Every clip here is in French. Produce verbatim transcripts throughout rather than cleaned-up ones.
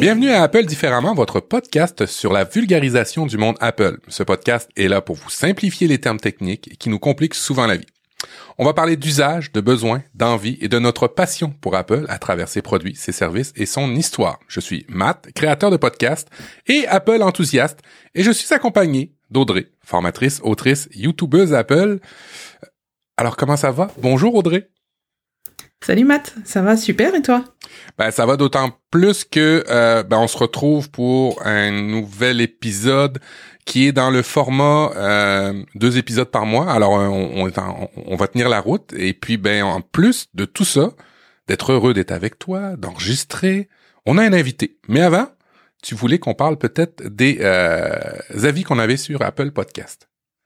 Bienvenue à Apple Différemment, votre podcast sur la vulgarisation du monde Apple. Ce podcast est là pour vous simplifier les termes techniques qui nous compliquent souvent la vie. On va parler d'usage, de besoins, d'envie et de notre passion pour Apple à travers ses produits, ses services et son histoire. Je suis Matt, créateur de podcast et Apple enthousiaste, et je suis accompagné d'Audrey, formatrice, autrice, youtubeuse Apple. Alors comment ça va? Bonjour Audrey. Salut Matt, ça va super et toi? Ben ça va d'autant plus que euh, ben on se retrouve pour un nouvel épisode qui est dans le format euh, deux épisodes par mois. Alors on, on, on, on va tenir la route et puis ben en plus de tout ça, d'être heureux d'être avec toi, d'enregistrer, on a un invité. Mais avant, tu voulais qu'on parle peut-être des euh, avis qu'on avait sur Apple Podcast.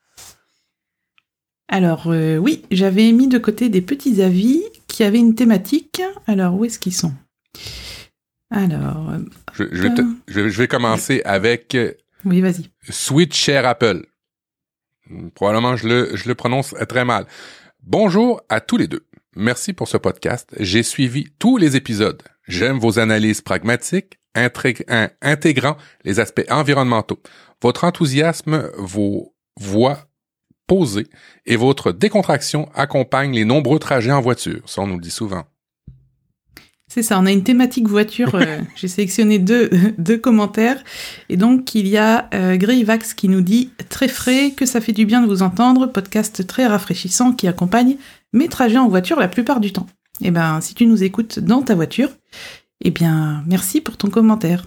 Alors euh, oui, j'avais mis de côté des petits avis qui avaient une thématique. Alors où est-ce qu'ils sont? Alors... Euh, je, je, vais te, je, je vais commencer avec... Oui, vas-y. Sweet Cher Apple. Probablement, je le, je le prononce très mal. Bonjour à tous les deux. Merci pour ce podcast. J'ai suivi tous les épisodes. J'aime vos analyses pragmatiques, intrég- in, intégrant les aspects environnementaux. Votre enthousiasme, vos voix posées et votre décontraction accompagnent les nombreux trajets en voiture. Ça, on nous le dit souvent. C'est ça, on a une thématique voiture. euh, j'ai sélectionné deux, deux commentaires. Et donc, il y a euh, Greyvax qui nous dit « Très frais, que ça fait du bien de vous entendre. Podcast très rafraîchissant qui accompagne mes trajets en voiture la plupart du temps. » Eh bien, si tu nous écoutes dans ta voiture, eh bien, merci pour ton commentaire.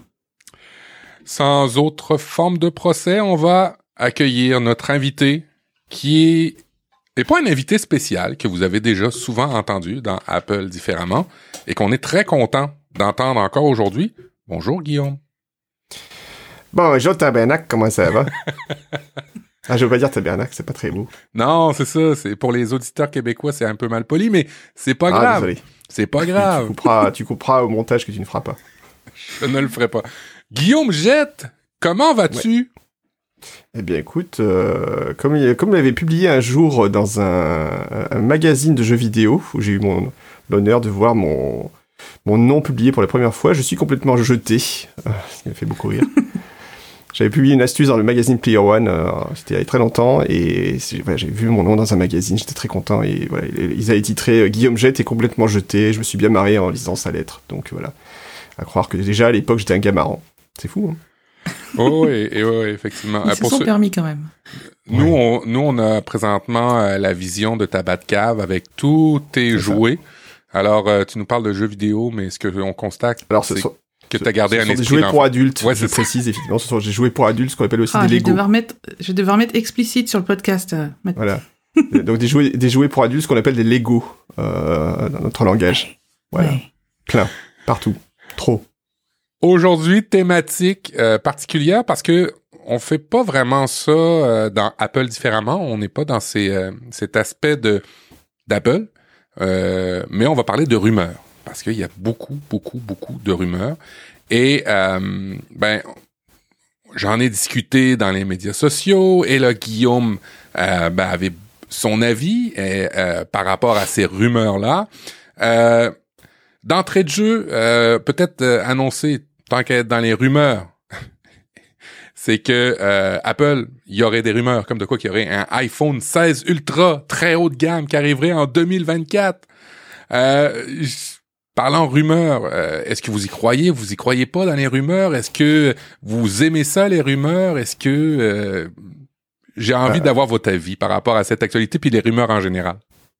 Sans autre forme de procès, on va accueillir notre invité qui est... Et pas un invité spécial que vous avez déjà souvent entendu dans Apple Différemment et qu'on est très content d'entendre encore aujourd'hui. Bonjour Guillaume. Bonjour Tabernacle, comment ça va? Ah, je veux pas dire Tabernacle, c'est pas très beau. Non, c'est ça, c'est pour les auditeurs québécois, c'est un peu mal poli, mais c'est pas ah, grave. Désolé. C'est pas grave. tu, couperas, tu couperas au montage que tu ne feras pas. Je ne le ferai pas. Guillaume Jette, comment vas-tu? Ouais. Eh bien, écoute, euh, comme il, comme il avait publié un jour dans un, un magazine de jeux vidéo, où j'ai eu mon, l'honneur de voir mon, mon nom publié pour la première fois, je suis complètement jeté. Euh, ça m'a fait beaucoup rire. J'avais publié une astuce dans le magazine Player One, euh, c'était il y a très longtemps, et voilà, j'ai vu mon nom dans un magazine, j'étais très content, et voilà, ils avaient titré euh, « Guillaume Jette est complètement jeté », je me suis bien marré en lisant sa lettre, donc voilà. À croire que déjà, à l'époque, j'étais un gars marrant. C'est fou, hein. Oh oui, et oui, effectivement. Ils se sont ce... permis quand même. Nous, ouais. on, nous, on a présentement euh, la vision de ta Batcave avec tous tes c'est jouets. Ça. Alors, euh, tu nous parles de jeux vidéo, mais ce qu'on constate, Alors, c'est sont, que tu as gardé ce un sont esprit des jouets d'enfant. pour adultes, ouais, je précise, effectivement. Ce sont des jouets pour adultes, ce qu'on appelle aussi ah, des Lego. Je vais devoir mettre, je vais devoir mettre explicite sur le podcast. Euh, voilà. Donc, des jouets, des jouets pour adultes, ce qu'on appelle des Lego, euh, dans notre langage. Voilà. Ouais. Plein. Partout. Trop. Aujourd'hui, thématique euh, particulière parce que on fait pas vraiment ça euh, dans Apple Différemment. On n'est pas dans ces, euh, cet aspect de d'Apple, euh, mais on va parler de rumeurs parce qu'il y a beaucoup, beaucoup, beaucoup de rumeurs. Et euh, ben, j'en ai discuté dans les médias sociaux et là, Guillaume euh, ben, avait son avis et, euh, par rapport à ces rumeurs-là. Euh, D'entrée de jeu, euh, peut-être euh, annoncer, tant qu'être dans les rumeurs, c'est que euh, Apple, il y aurait des rumeurs comme de quoi qu'il y aurait un iPhone seize Ultra très haut de gamme qui arriverait en deux mille vingt-quatre. Euh, parlant rumeurs, euh, est-ce que vous y croyez? Vous y croyez pas dans les rumeurs? Est-ce que vous aimez ça, les rumeurs? Est-ce que... Euh, j'ai envie euh... d'avoir votre avis par rapport à cette actualité puis les rumeurs en général.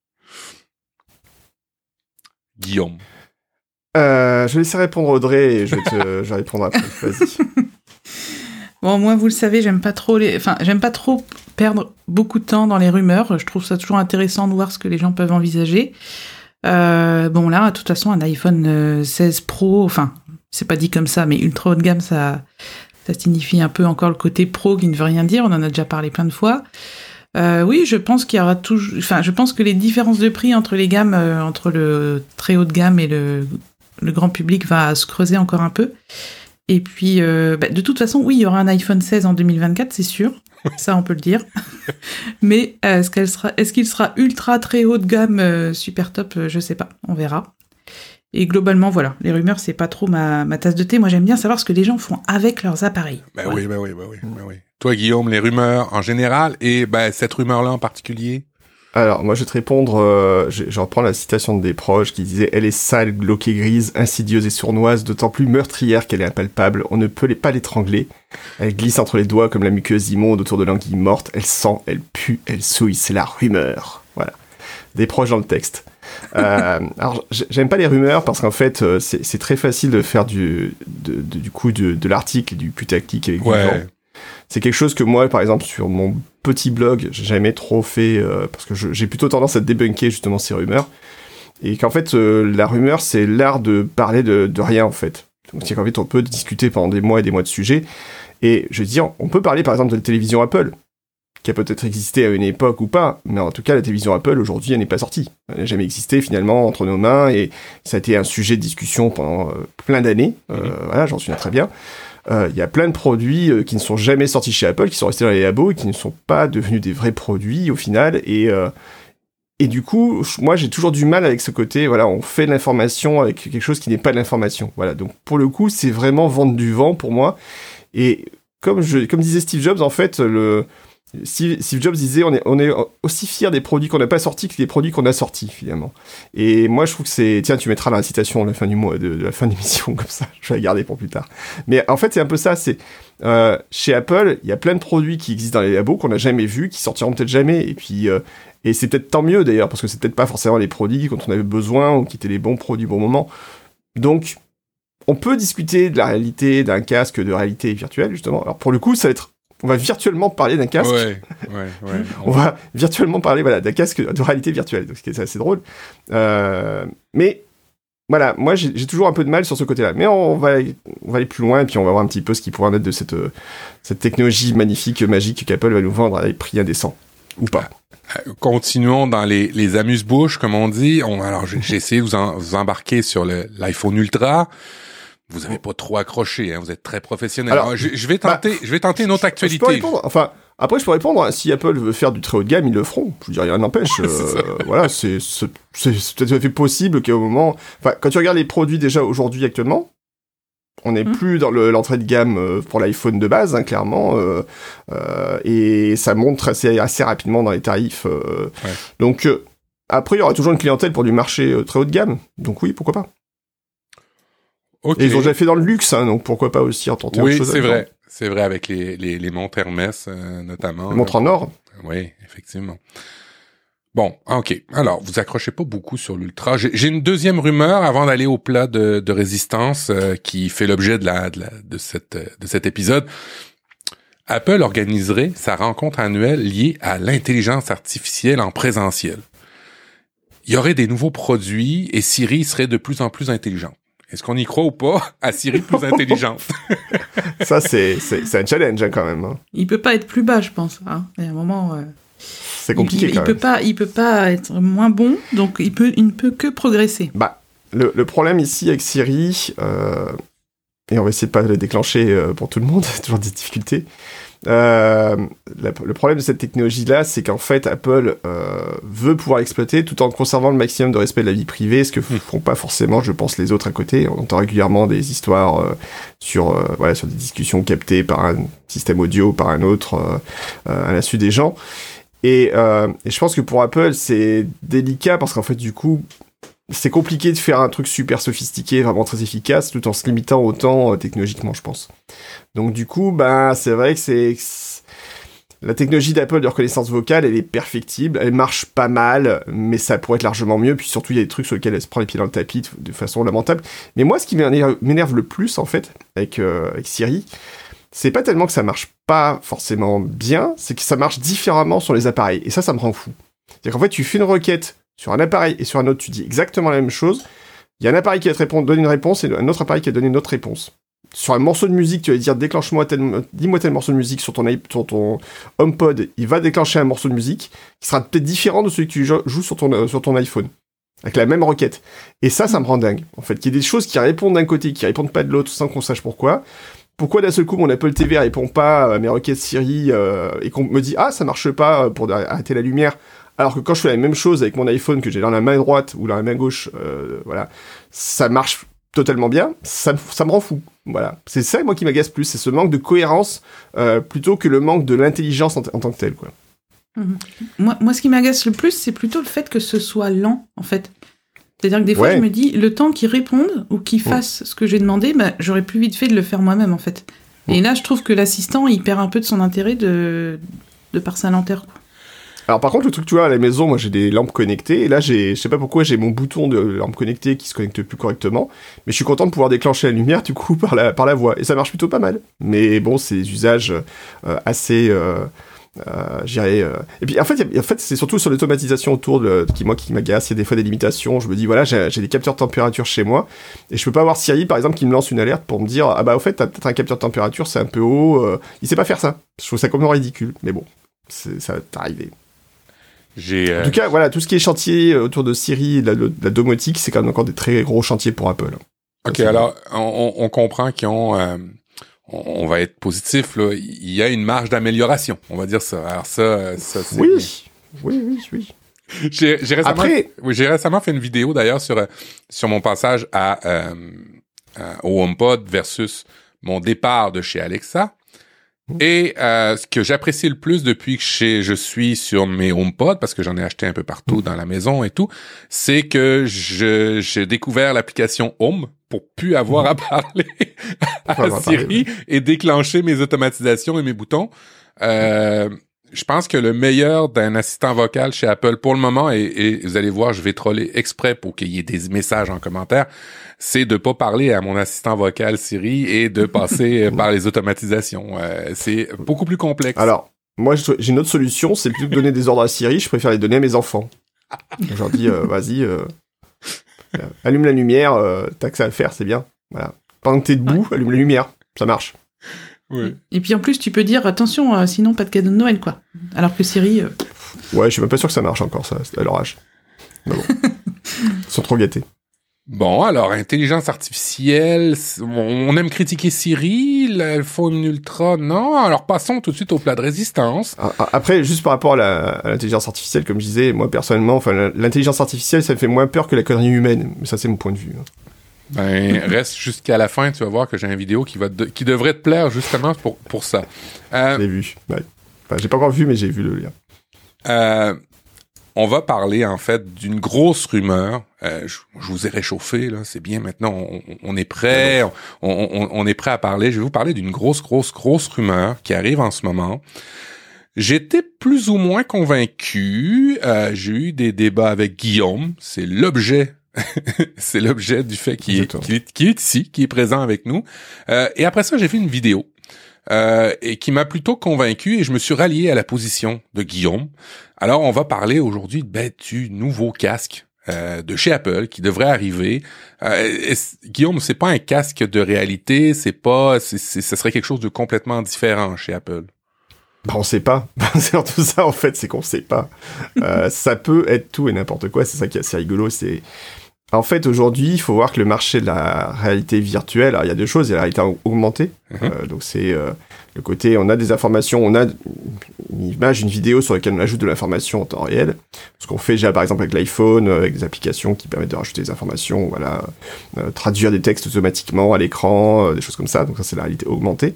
Guillaume. Euh, je vais laisser répondre Audrey et je vais, te, je vais répondre après. Vas-y. Bon, moi, vous le savez, j'aime pas trop les, enfin, j'aime pas trop perdre beaucoup de temps dans les rumeurs. Je trouve ça toujours intéressant de voir ce que les gens peuvent envisager. Euh, bon, là, de toute façon, un iPhone seize Pro, enfin, c'est pas dit comme ça, mais ultra haut de gamme, ça, ça signifie un peu encore le côté pro qui ne veut rien dire. On en a déjà parlé plein de fois. Euh, oui, je pense qu'il y aura toujours, enfin, je pense que les différences de prix entre les gammes, euh, entre le très haut de gamme et le le grand public va se creuser encore un peu. Et puis, euh, bah, de toute façon, oui, il y aura un iPhone seize en deux mille vingt-quatre, c'est sûr. Ça, on peut le dire. Mais euh, est-ce, qu'elle sera, est-ce qu'il sera ultra très haut de gamme, euh, super top, euh, je sais pas. On verra. Et globalement, voilà, les rumeurs, c'est pas trop ma, ma tasse de thé. Moi, j'aime bien savoir ce que les gens font avec leurs appareils. Ben voilà. oui, ben oui, ben oui, ben oui. Toi, Guillaume, les rumeurs en général et ben cette rumeur-là en particulier? Alors, moi, je vais te répondre, euh, je, je reprends la citation de des proches qui disait « Elle est sale, glauque et grise, insidieuse et sournoise, d'autant plus meurtrière qu'elle est impalpable. On ne peut les, pas l'étrangler. Elle glisse entre les doigts comme la muqueuse immonde autour de l'anguille morte. Elle sent, elle pue, elle souille. C'est la rumeur. » Voilà. Des proches dans le texte. euh, alors, j'aime pas les rumeurs parce qu'en fait, euh, c'est, c'est très facile de faire du, de, de, du coup de, de l'article, du putaclic avec ouais. du vent. C'est quelque chose que moi, par exemple, sur mon petit blog, j'ai jamais trop fait euh, parce que je, j'ai plutôt tendance à débunker justement ces rumeurs et qu'en fait, euh, la rumeur, c'est l'art de parler de, de rien en fait. Donc, c'est qu'en fait, on peut discuter pendant des mois et des mois de sujets et je veux dire, on peut parler par exemple de la télévision Apple, qui a peut-être existé à une époque ou pas, mais en tout cas, la télévision Apple, aujourd'hui, elle n'est pas sortie. Elle n'a jamais existé, finalement, entre nos mains, et ça a été un sujet de discussion pendant euh, plein d'années. Euh, mmh. Voilà, j'en souviens très bien. Il euh, y a plein de produits euh, qui ne sont jamais sortis chez Apple, qui sont restés dans les labos, et qui ne sont pas devenus des vrais produits, au final, et... Euh, Et du coup, moi, j'ai toujours du mal avec ce côté, voilà, on fait de l'information avec quelque chose qui n'est pas de l'information. Voilà, donc pour le coup, c'est vraiment vendre du vent pour moi. Et comme je, comme disait Steve Jobs, en fait, le Steve, Steve Jobs disait, on est, on est aussi fiers des produits qu'on n'a pas sortis que des produits qu'on a sortis, finalement. Et moi, je trouve que c'est, tiens, tu mettras la citation à la fin du mois, de, de la fin de l'émission, comme ça, je vais la garder pour plus tard. Mais en fait, c'est un peu ça, c'est, euh, chez Apple, il y a plein de produits qui existent dans les labos qu'on n'a jamais vus, qui sortiront peut-être jamais, et puis, euh, et c'est peut-être tant mieux d'ailleurs, parce que c'est peut-être pas forcément les produits dont on avait besoin, ou qui étaient les bons produits au bon moment. Donc, on peut discuter de la réalité d'un casque de réalité virtuelle, justement. Alors, pour le coup, ça va être, on va virtuellement parler d'un casque. Ouais, ouais, ouais. on va virtuellement parler, voilà, d'un casque de réalité virtuelle. Donc, c'est assez drôle. Euh, mais, voilà, moi, j'ai, j'ai toujours un peu de mal sur ce côté-là. Mais on va, on va aller plus loin, et puis on va voir un petit peu ce qui pourrait en être de cette, cette technologie magnifique, magique qu'Apple va nous vendre à des prix indécents. Ou pas. Continuons dans les, les amuse-bouches, comme on dit. On, alors, j'ai, j'ai essayé de vous, en, vous embarquer sur le, l'iPhone Ultra. Vous avez pas trop accroché, hein. Vous êtes très professionnel. Alors, alors je, je vais tenter, bah, je vais tenter une autre actualité. Je peux répondre. Enfin, après, je peux répondre. Hein, si Apple veut faire du très haut de gamme, ils le feront. Je veux dire, rien n'empêche. Ouais, euh, voilà, c'est, c'est, c'est, c'est tout à fait possible qu'au moment, enfin, quand tu regardes les produits déjà aujourd'hui actuellement, on n'est mmh. plus dans le, l'entrée de gamme euh, pour l'iPhone de base, hein, clairement, euh, euh, et ça monte assez, assez rapidement dans les tarifs. Euh, ouais. Donc, euh, après, il y aura toujours une clientèle pour du marché euh, très haut de gamme. Donc oui, pourquoi pas. Okay. Et ils ont déjà fait dans le luxe, hein, donc pourquoi pas aussi en tenter oui, autre chose. Oui, c'est vrai. C'est vrai, avec les, les, les montres Hermès, euh, notamment. Les montres en or. Oui, effectivement. Bon, OK. Alors, vous accrochez pas beaucoup sur l'Ultra. J'ai, j'ai une deuxième rumeur avant d'aller au plat de, de résistance euh, qui fait l'objet de, la, de, la, de, cette, de cet épisode. Apple organiserait sa rencontre annuelle liée à l'intelligence artificielle en présentiel. Il y aurait des nouveaux produits et Siri serait de plus en plus intelligente. Est-ce qu'on y croit ou pas à Siri plus intelligente? Ça, c'est, c'est, c'est un challenge hein, quand même. Hein. Il peut pas être plus bas, je pense. Hein. Il y a un moment... Euh... C'est compliqué il, quand il même. Peut pas, il peut pas être moins bon, donc il, peut, il ne peut que progresser. Bah, le, le problème ici avec Siri, euh, et on va essayer de pas le déclencher euh, pour tout le monde, toujours des difficultés, euh, la, le problème de cette technologie-là, c'est qu'en fait, Apple euh, veut pouvoir l'exploiter tout en conservant le maximum de respect de la vie privée, ce que mmh. font pas forcément, je pense, les autres à côté. On entend régulièrement des histoires euh, sur, euh, voilà, sur des discussions captées par un système audio, par un autre, euh, euh, à l'insu des gens. Et, euh, et je pense que pour Apple, c'est délicat parce qu'en fait, du coup, c'est compliqué de faire un truc super sophistiqué, vraiment très efficace, tout en se limitant autant euh, technologiquement, je pense. Donc du coup, bah, c'est vrai que c'est... La technologie d'Apple de reconnaissance vocale, elle est perfectible, elle marche pas mal, mais ça pourrait être largement mieux, puis surtout, il y a des trucs sur lesquels elle se prend les pieds dans le tapis de, de façon lamentable. Mais moi, ce qui m'énerve, m'énerve le plus, en fait, avec, euh, avec Siri, c'est pas tellement que ça marche pas forcément bien, c'est que ça marche différemment sur les appareils. Et ça, ça me rend fou. C'est-à-dire qu'en fait, tu fais une requête sur un appareil et sur un autre, tu dis exactement la même chose. Il y a un appareil qui va te répondre, donner une réponse, et un autre appareil qui va te donner une autre réponse. Sur un morceau de musique, tu vas dire déclenche-moi tel, dis-moi tel morceau de musique sur ton, sur ton HomePod. Il va déclencher un morceau de musique qui sera peut-être différent de celui que tu joues sur ton, sur ton iPhone. Avec la même requête. Et ça, ça me rend dingue. En fait, qu'il y ait des choses qui répondent d'un côté, qui répondent pas de l'autre, sans qu'on sache pourquoi. Pourquoi d'un seul coup mon Apple T V répond pas à mes requêtes Siri euh, et qu'on me dit ah ça marche pas pour arrêter la lumière Alors que quand je fais la même chose avec mon iPhone que j'ai dans la main droite ou dans la main gauche, euh, voilà, ça marche totalement bien, ça, ça me rend fou. Voilà, c'est ça moi qui m'agace plus, c'est ce manque de cohérence euh, plutôt que le manque de l'intelligence en, t- en tant que tel, quoi. Mmh. Moi, moi, ce qui m'agace le plus, c'est plutôt le fait que ce soit lent, en fait. C'est-à-dire que des fois, Ouais. je me dis, le temps qu'ils répondent ou qu'ils fassent mmh. ce que j'ai demandé, bah, j'aurais plus vite fait de le faire moi-même, en fait. Mmh. Et là, je trouve que l'assistant, il perd un peu de son intérêt de, de par sa lenteur, quoi. Alors par contre, le truc, tu vois, à la maison, moi j'ai des lampes connectées, et là, j'ai, je sais pas pourquoi, j'ai mon bouton de lampe connectée qui se connecte plus correctement, mais je suis content de pouvoir déclencher la lumière, du coup, par la, par la voix, et ça marche plutôt pas mal. Mais bon, c'est des usages euh, assez... Euh, euh, j'irais, euh... Et puis en fait, y a, en fait, c'est surtout sur l'automatisation autour de, qui, moi, qui m'agace, il y a des fois des limitations, je me dis, voilà, j'ai, j'ai des capteurs de température chez moi, et je peux pas avoir Siri, par exemple, qui me lance une alerte pour me dire, ah bah au fait, t'as peut-être un capteur de température, c'est un peu haut, euh... il sait pas faire ça. Je trouve ça complètement ridicule, mais bon, c'est, ça va t'arriver. J'ai, euh... En tout cas, voilà, tout ce qui est chantier autour de Siri et de la, de la domotique, c'est quand même encore des très gros chantiers pour Apple. Ok, c'est alors on, on comprend qu'ils ont, euh, on, on va être positif là. Il y a une marge d'amélioration, on va dire ça. Alors ça, ça c'est oui, bien. oui, oui, oui. J'ai, j'ai récemment, Après, oui, j'ai récemment fait une vidéo d'ailleurs sur sur mon passage à, euh, à au HomePod versus mon départ de chez Alexa. Et euh, ce que j'apprécie le plus depuis que je, je suis sur mes HomePod, parce que j'en ai acheté un peu partout dans la maison et tout, c'est que je, j'ai découvert l'application Home pour plus avoir à parler à Siri parler, ouais. Et déclencher mes automatisations et mes boutons. Euh, je pense que le meilleur d'un assistant vocal chez Apple pour le moment, et, et vous allez voir, je vais troller exprès pour qu'il y ait des messages en commentaire, c'est de pas parler à mon assistant vocal Siri et de passer par les automatisations. Euh, c'est beaucoup plus complexe. Alors, moi, j'ai une autre solution, c'est plutôt que de donner des ordres à Siri, je préfère les donner à mes enfants. Je leur dis, euh, vas-y, euh, allume la lumière, euh, t'as que ça à le faire, c'est bien. Voilà. Pendant que t'es debout, ouais. Allume la lumière, ça marche. Oui. Et puis en plus, tu peux dire, attention, euh, sinon pas de cadeau de Noël, quoi. Alors que Siri... Euh... Ouais, je suis même pas sûr que ça marche encore, ça, à leur âge. Mais bon, ils sont trop gâtés. Bon, alors, intelligence artificielle, on aime critiquer Siri, l'iPhone Ultra, non. Alors, passons tout de suite au plat de résistance. Après, juste par rapport à, la, à l'intelligence artificielle, comme je disais, moi, personnellement, enfin, l'intelligence artificielle, ça me fait moins peur que la connerie humaine. Mais ça, c'est mon point de vue. Ben, reste jusqu'à la fin, tu vas voir que j'ai une vidéo qui va de, qui devrait te plaire justement pour, pour ça. Euh, je l'ai vu. Ouais. Enfin, j'ai pas encore vu, mais j'ai vu le lien. Euh, on va parler, en fait, d'une grosse rumeur. Euh, je, je vous ai réchauffé, là. C'est bien, maintenant, on, on est prêt. On, on, on est prêt à parler. Je vais vous parler d'une grosse, grosse, grosse rumeur qui arrive en ce moment. J'étais plus ou moins convaincu. Euh, j'ai eu des débats avec Guillaume. C'est l'objet c'est l'objet du fait qu'il est, qu'il est, qu'il est ici, qui est présent avec nous. Euh, et après ça, j'ai fait une vidéo euh, et qui m'a plutôt convaincu et je me suis rallié à la position de Guillaume. Alors, on va parler aujourd'hui ben, du nouveau casque euh, de chez Apple qui devrait arriver. Euh, Guillaume, c'est pas un casque de réalité, c'est pas, c'est, c'est, ça serait quelque chose de complètement différent chez Apple. Bah, on sait pas. C'est surtout ça, en fait, c'est qu'on sait pas. euh, ça peut être tout et n'importe quoi. C'est ça qui est assez rigolo. C'est En fait, aujourd'hui, il faut voir que le marché de la réalité virtuelle, alors il y a deux choses, il y a la réalité augmentée, mmh. euh, donc c'est euh, le côté, on a des informations, on a une image, une vidéo sur laquelle on ajoute de l'information en temps réel, ce qu'on fait déjà par exemple avec l'iPhone, avec des applications qui permettent de rajouter des informations, voilà, euh, traduire des textes automatiquement à l'écran, euh, des choses comme ça, donc ça c'est la réalité augmentée.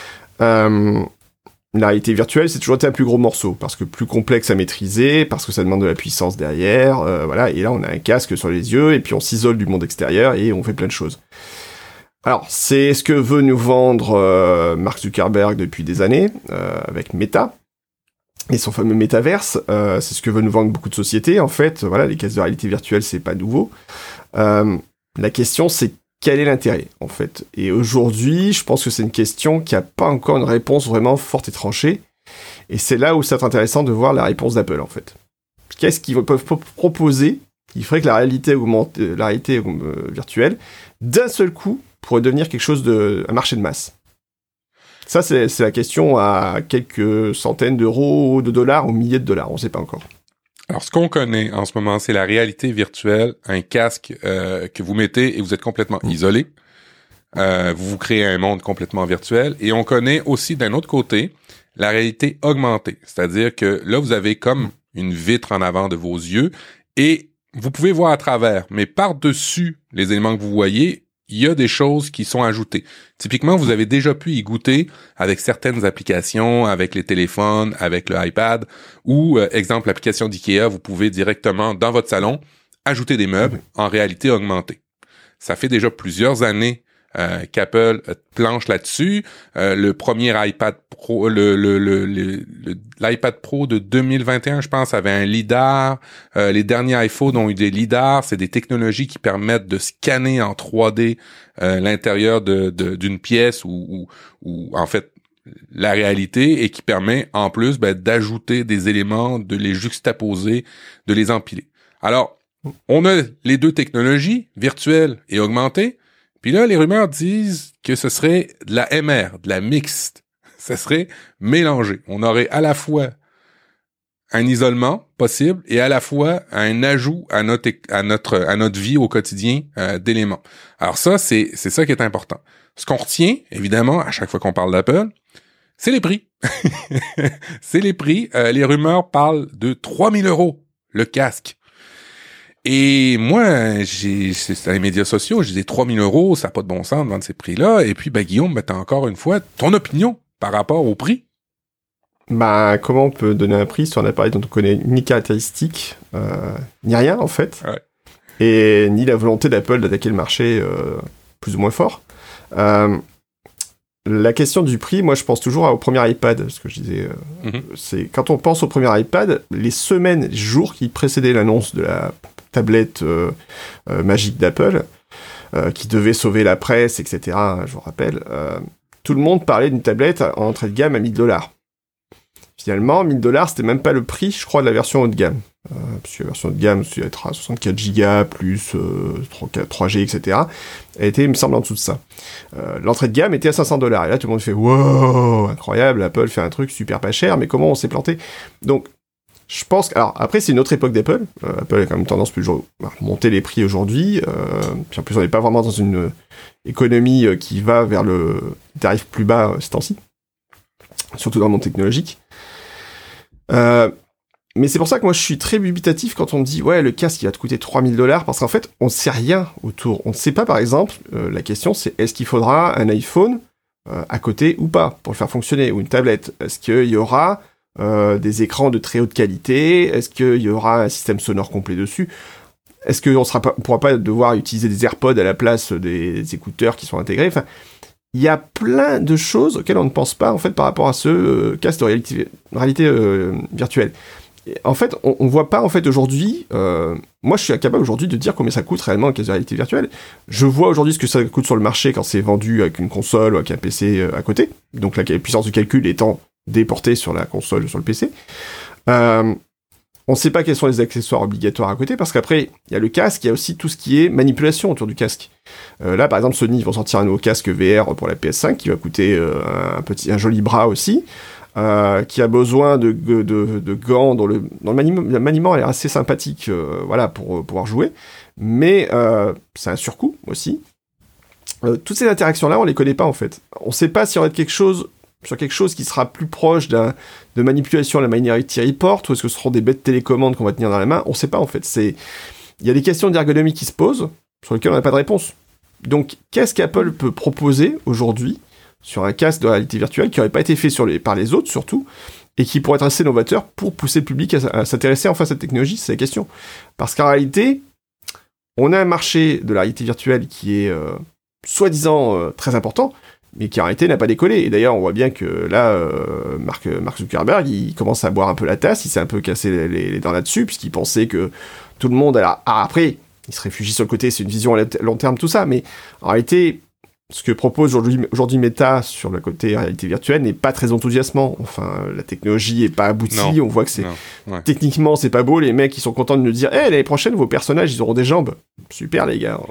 Euh, La réalité virtuelle, c'est toujours été un plus gros morceau, parce que plus complexe à maîtriser, parce que ça demande de la puissance derrière, euh, voilà, et là on a un casque sur les yeux, et puis on s'isole du monde extérieur, et on fait plein de choses. Alors, c'est ce que veut nous vendre euh, Mark Zuckerberg depuis des années, euh, avec Meta, et son fameux métaverse, euh, c'est ce que veulent nous vendre beaucoup de sociétés, en fait, voilà, les casques de réalité virtuelle, c'est pas nouveau. Euh, la question, c'est quel est l'intérêt, en fait? Et aujourd'hui, je pense que c'est une question qui n'a pas encore une réponse vraiment forte et tranchée. Et c'est là où c'est intéressant de voir la réponse d'Apple, en fait. Qu'est-ce qu'ils peuvent proposer qui ferait que la réalité augmentée, la réalité euh, virtuelle, d'un seul coup, pourrait devenir quelque chose de... un marché de masse? Ça, c'est, c'est la question à quelques centaines d'euros, de dollars ou milliers de dollars, on ne sait pas encore. Alors, ce qu'on connaît en ce moment, c'est la réalité virtuelle, un casque euh, que vous mettez et vous êtes complètement mmh. isolé. Euh, vous vous créez un monde complètement virtuel. Et on connaît aussi, d'un autre côté, la réalité augmentée. C'est-à-dire que là, vous avez comme une vitre en avant de vos yeux, et vous pouvez voir à travers, mais par-dessus les éléments que vous voyez, il y a des choses qui sont ajoutées. Typiquement, vous avez déjà pu y goûter avec certaines applications, avec les téléphones, avec le iPad, ou, euh, exemple, l'application d'IKEA, vous pouvez directement, dans votre salon, ajouter des meubles en réalité augmentée. Ça fait déjà plusieurs années euh, qu'Apple euh, planche là-dessus. Euh, le premier iPad Pro, le, le, le, le, le l'iPad Pro de deux mille vingt et un, je pense, avait un lidar. Euh, les derniers iPhones ont eu des lidars. C'est des technologies qui permettent de scanner en trois D euh, l'intérieur de, de d'une pièce ou, ou, ou en fait la réalité, et qui permet en plus ben, d'ajouter des éléments, de les juxtaposer, de les empiler. Alors, on a les deux technologies, virtuelle et augmentée. Puis là, les rumeurs disent que ce serait de la M R, de la mixte. Ça serait mélangé. On aurait à la fois un isolement possible et à la fois un ajout à notre à notre à notre vie au quotidien euh, d'éléments. Alors ça, c'est c'est ça qui est important. Ce qu'on retient, évidemment, à chaque fois qu'on parle d'Apple, c'est les prix. C'est les prix. Euh, les rumeurs parlent de trois mille euros le casque. Et moi, j'ai, c'est dans les médias sociaux, je disais trois mille euros, ça n'a pas de bon sens de vendre ces prix-là. Et puis, ben, Guillaume, ben, t'as encore une fois ton opinion par rapport au prix. Bah, comment on peut donner un prix sur un appareil dont on connaît ni caractéristiques, euh, ni rien, en fait. Ouais. Et ni la volonté d'Apple d'attaquer le marché euh, plus ou moins fort. Euh, la question du prix, moi, je pense toujours au premier iPad, ce que je disais. Euh, mm-hmm. C'est quand on pense au premier iPad, les semaines, les jours qui précédaient l'annonce de la tablette euh, euh, magique d'Apple, euh, qui devait sauver la presse, et cetera, je vous rappelle, euh, tout le monde parlait d'une tablette en entrée de gamme à mille dollars. Finalement, mille dollars, c'était même pas le prix, je crois, de la version haut de gamme. Euh, parce que la version haut de gamme, c'est être à soixante-quatre gigas, plus euh, trois G, et cetera. Elle était, il me semble, en dessous de ça. Euh, l'entrée de gamme était à cinq cents dollars. Et là, tout le monde fait « Wow, incroyable, Apple fait un truc super pas cher, mais comment on s'est planté ?» Donc, je pense que... Alors, après, c'est une autre époque d'Apple. Euh, Apple a quand même tendance plus à monter les prix aujourd'hui. Euh, puis en plus, on n'est pas vraiment dans une euh, économie euh, qui va vers le tarif plus bas euh, ces temps-ci. Surtout dans le monde technologique. Euh, mais c'est pour ça que moi, je suis très dubitatif quand on me dit « Ouais, le casque, il va te coûter trois mille dollars. » Parce qu'en fait, on ne sait rien autour. On ne sait pas, par exemple, euh, la question, c'est est-ce qu'il faudra un iPhone euh, à côté ou pas pour le faire fonctionner, ou une tablette? Est-ce qu'il y aura... Euh, des écrans de très haute qualité? Est-ce qu'il y aura un système sonore complet dessus? Est-ce qu'on ne pourra pas devoir utiliser des AirPods à la place des, des écouteurs qui sont intégrés? Enfin, il y a plein de choses auxquelles on ne pense pas en fait par rapport à ce euh, casque de réalité, réalité euh, virtuelle. Et en fait, on, on voit pas en fait aujourd'hui. Euh, moi, je suis incapable aujourd'hui de dire combien ça coûte réellement un casque de réalité virtuelle. Je vois aujourd'hui ce que ça coûte sur le marché quand c'est vendu avec une console ou avec un P C euh, à côté. Donc la puissance du calcul étant déporté sur la console, sur le P C. Euh, on ne sait pas quels sont les accessoires obligatoires à côté, parce qu'après, il y a le casque, il y a aussi tout ce qui est manipulation autour du casque. Euh, là, par exemple, Sony, ils vont sortir un nouveau casque V R pour la P S cinq, qui va coûter euh, un, petit, un joli bras aussi, euh, qui a besoin de, de, de, de gants, dont le, dont le, maniement, le maniement est assez sympathique, euh, voilà, pour euh, pouvoir jouer, mais euh, c'est un surcoût aussi. Euh, toutes ces interactions-là, on les connaît pas, en fait. On ne sait pas si on va être quelque chose... sur quelque chose qui sera plus proche d'un, de manipulation à la Minority Report, ou est-ce que ce seront des bêtes télécommandes qu'on va tenir dans la main? On sait pas, en fait. C'est... Il y a des questions d'ergonomie qui se posent, sur lesquelles on n'a pas de réponse. Donc, qu'est-ce qu'Apple peut proposer, aujourd'hui, sur un casque de réalité virtuelle, qui n'aurait pas été fait sur les, par les autres, surtout, et qui pourrait être assez novateur pour pousser le public à, à s'intéresser enfin à cette technologie? C'est la question. Parce qu'en réalité, on a un marché de la réalité virtuelle qui est, euh, soi-disant, euh, très important, mais qui en réalité n'a pas décollé. Et d'ailleurs, on voit bien que là, euh, Mark, Mark Zuckerberg, il commence à boire un peu la tasse, il s'est un peu cassé les, les, les dents là-dessus, puisqu'il pensait que tout le monde... Alors, ah, après, il se réfugie sur le côté, c'est une vision à long terme, tout ça, mais en réalité, ce que propose aujourd'hui, aujourd'hui Meta sur le côté réalité virtuelle n'est pas très enthousiasmant. Enfin, la technologie est pas aboutie, non, on voit que c'est... Ouais. Techniquement, c'est pas beau, les mecs, ils sont contents de nous dire « Eh, hey, l'année prochaine, vos personnages, ils auront des jambes. » Super, les gars.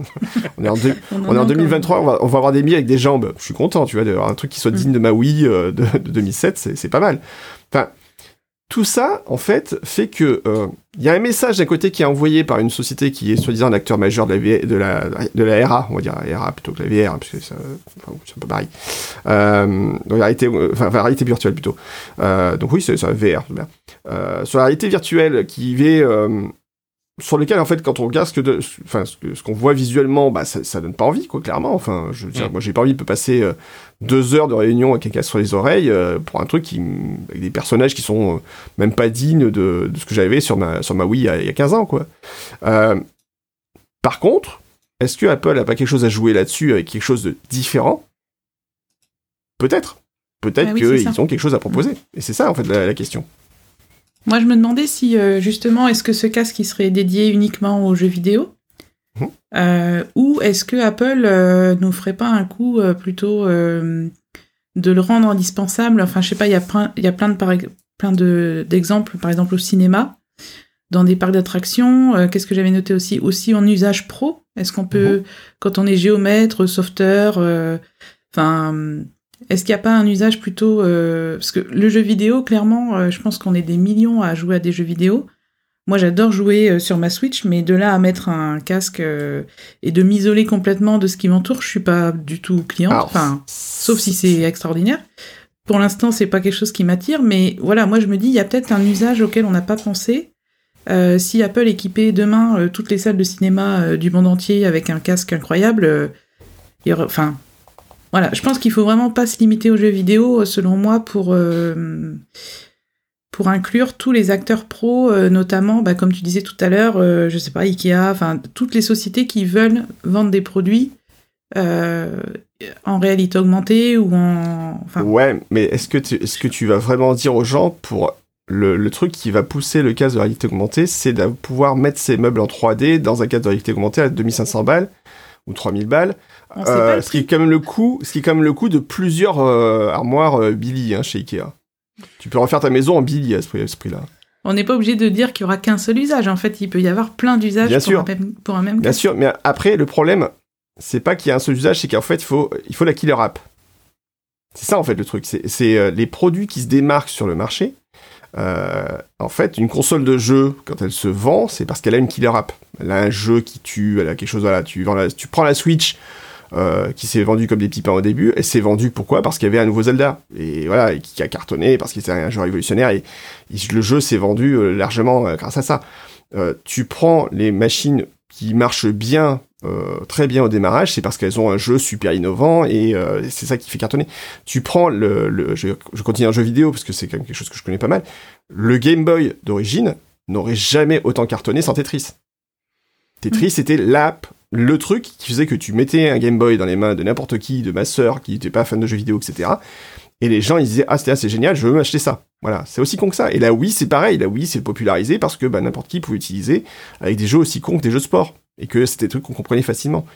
on est en, deux, on on est en deux mille vingt-trois, on va, on va avoir des Mi avec des jambes. Je suis content, tu vois, d'avoir un truc qui soit digne de ma Wii euh, de, de deux mille sept, c'est, c'est pas mal. Enfin, tout ça, en fait, fait que il euh, y a un message d'un côté qui est envoyé par une société qui est soi-disant un acteur majeur de la, v... de la, de la R A, on va dire la R A plutôt que la V R, parce que c'est enfin, un peu pareil. Euh, donc la réalité, enfin, la réalité virtuelle plutôt. Euh, donc oui, c'est, c'est la V R. Euh, sur la réalité virtuelle qui va... Euh, sur lequel, en fait, quand on regarde ce, que de, enfin, ce, que, ce qu'on voit visuellement, bah, ça, ça donne pas envie, quoi, clairement. Enfin, je veux dire, mmh. moi, j'ai pas envie de passer euh, deux heures de réunion avec un casque sur les oreilles euh, pour un truc qui, avec des personnages qui sont euh, même pas dignes de, de ce que j'avais sur ma, sur ma Wii il y a, il y a quinze ans, quoi. Euh, par contre, est-ce que Apple a pas quelque chose à jouer là-dessus avec quelque chose de différent ? Peut-être. Peut-être ah oui, qu'ils ont quelque chose à proposer. Mmh. Et c'est ça, en fait, la, la question. Moi, je me demandais si, euh, justement, est-ce que ce casque il serait dédié uniquement aux jeux vidéo mmh. euh, ou est-ce que Apple euh, nous ferait pas un coup euh, plutôt euh, de le rendre indispensable. Enfin, je sais pas, il y a plein, il y a plein de, par, plein de, d'exemples, par exemple au cinéma, dans des parcs d'attractions. Euh, qu'est-ce que j'avais noté aussi Aussi en usage pro. Est-ce qu'on peut, mmh. quand on est géomètre, sauveteur, enfin... Euh, est-ce qu'il n'y a pas un usage plutôt... Euh, parce que le jeu vidéo, clairement, euh, je pense qu'on est des millions à jouer à des jeux vidéo. Moi, j'adore jouer euh, sur ma Switch, mais de là à mettre un casque euh, et de m'isoler complètement de ce qui m'entoure, je ne suis pas du tout cliente. Alors, enfin, sauf si c'est extraordinaire. Pour l'instant, ce n'est pas quelque chose qui m'attire, mais voilà, moi, je me dis, il y a peut-être un usage auquel on n'a pas pensé. Euh, si Apple équipait demain euh, toutes les salles de cinéma euh, du monde entier avec un casque incroyable, euh, il y aurait... Enfin... Voilà, je pense qu'il faut vraiment pas se limiter aux jeux vidéo, selon moi, pour, euh, pour inclure tous les acteurs pros, euh, notamment, bah, comme tu disais tout à l'heure, euh, je sais pas, Ikea, enfin, toutes les sociétés qui veulent vendre des produits euh, en réalité augmentée ou en... Enfin... Ouais, mais est-ce que, tu, est-ce que tu vas vraiment dire aux gens, pour le, le truc qui va pousser le casque de réalité augmentée, c'est de pouvoir mettre ses meubles en trois D dans un casque de réalité augmentée à deux mille cinq cents balles ou trois mille balles, euh, ce qui est quand même le coût, ce qui est quand même le coût de plusieurs euh, armoires euh, Billy hein, chez Ikea. Tu peux refaire ta maison en Billy à ce, prix, à ce prix-là. On n'est pas obligé de dire qu'il y aura qu'un seul usage. En fait, il peut y avoir plein d'usages Bien pour, sûr. Un même, pour un même Bien casque. sûr, mais après, le problème, c'est pas qu'il y a un seul usage, c'est qu'en fait, il faut, il faut la killer app. C'est ça, en fait, le truc. C'est, c'est euh, les produits qui se démarquent sur le marché. Euh, en fait, une console de jeu, quand elle se vend, c'est parce qu'elle a une killer app. Elle a un jeu qui tue, elle a quelque chose, voilà, tu, vends la, tu prends la Switch, euh, qui s'est vendue comme des petits pains au début, elle s'est vendue, pourquoi ? Parce qu'il y avait un nouveau Zelda, et voilà, et qui a cartonné, parce que c'était un jeu révolutionnaire, et, et le jeu s'est vendu euh, largement euh, grâce à ça. Euh, tu prends les machines qui marchent bien, euh, très bien au démarrage, c'est parce qu'elles ont un jeu super innovant, et euh, c'est ça qui fait cartonner. Tu prends le... le je, je continue un jeu vidéo, parce que c'est quand même quelque chose que je connais pas mal. Le Game Boy d'origine n'aurait jamais autant cartonné sans Tetris. Tetris, mmh. c'était l'app, le truc qui faisait que tu mettais un Game Boy dans les mains de n'importe qui, de ma sœur, qui n'était pas fan de jeux vidéo, et cetera. Et les gens, ils disaient « Ah, c'est, c'est génial, je veux m'acheter ça. » Voilà, c'est aussi con que ça. Et la Wii, c'est pareil. La Wii, c'est popularisé parce que bah, n'importe qui pouvait utiliser avec des jeux aussi cons que des jeux de sport. Et que c'était des trucs qu'on comprenait facilement.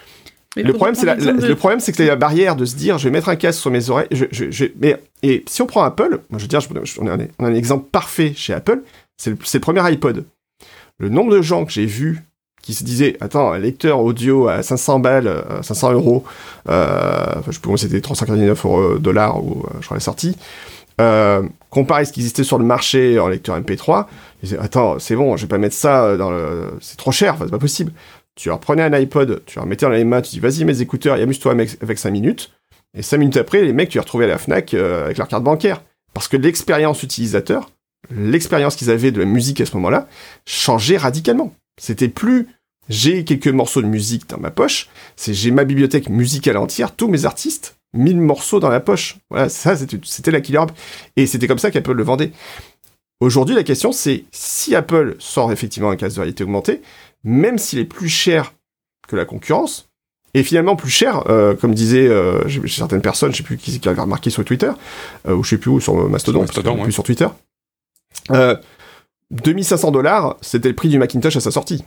Le problème, c'est la, la, de... le problème, c'est que la barrière de se dire « Je vais mettre un casque sur mes oreilles. Je, je, je... » Mais et si on prend Apple, moi, je veux dire, je, je, on, a un, on a un exemple parfait chez Apple, c'est le, c'est le premier iPod. Le nombre de gens que j'ai vus qui se disaient « Attends, un lecteur audio à cinq cents balles, euh, cinq cents euros, euh, enfin, je sais plus comment c'était, trois cent quatre-vingt-dix-neuf euros, dollars, ou euh, je crois la sortie, euh, comparé à ce qui existait sur le marché en lecteur M P trois, ils disaient « Attends, c'est bon, je vais pas mettre ça dans le... C'est trop cher, enfin, c'est pas possible. » Tu leur prenais un iPod, tu leur mettais dans les mains, tu dis « Vas-y, mets les écouteurs et amuse-toi avec cinq minutes. » Et cinq minutes après, les mecs, tu les retrouvais à la Fnac euh, avec leur carte bancaire. Parce que l'expérience utilisateur, l'expérience qu'ils avaient de la musique à ce moment-là, changeait radicalement. C'était plus « j'ai quelques morceaux de musique dans ma poche », c'est « j'ai ma bibliothèque musicale entière, tous mes artistes, mille morceaux dans la poche ». Voilà, ça, c'était, c'était la killer app. Et c'était comme ça qu'Apple le vendait. Aujourd'hui, la question, c'est si Apple sort effectivement un casque de réalité augmentée, même s'il est plus cher que la concurrence, et finalement plus cher, euh, comme disaient euh, j'ai, j'ai certaines personnes, je sais plus qui c'est qui avait remarqué sur Twitter, euh, ou je sais plus où, sur Mastodon, sur Mastodon, ouais. Plus sur Twitter, euh, deux mille cinq cents dollars, c'était le prix du Macintosh à sa sortie.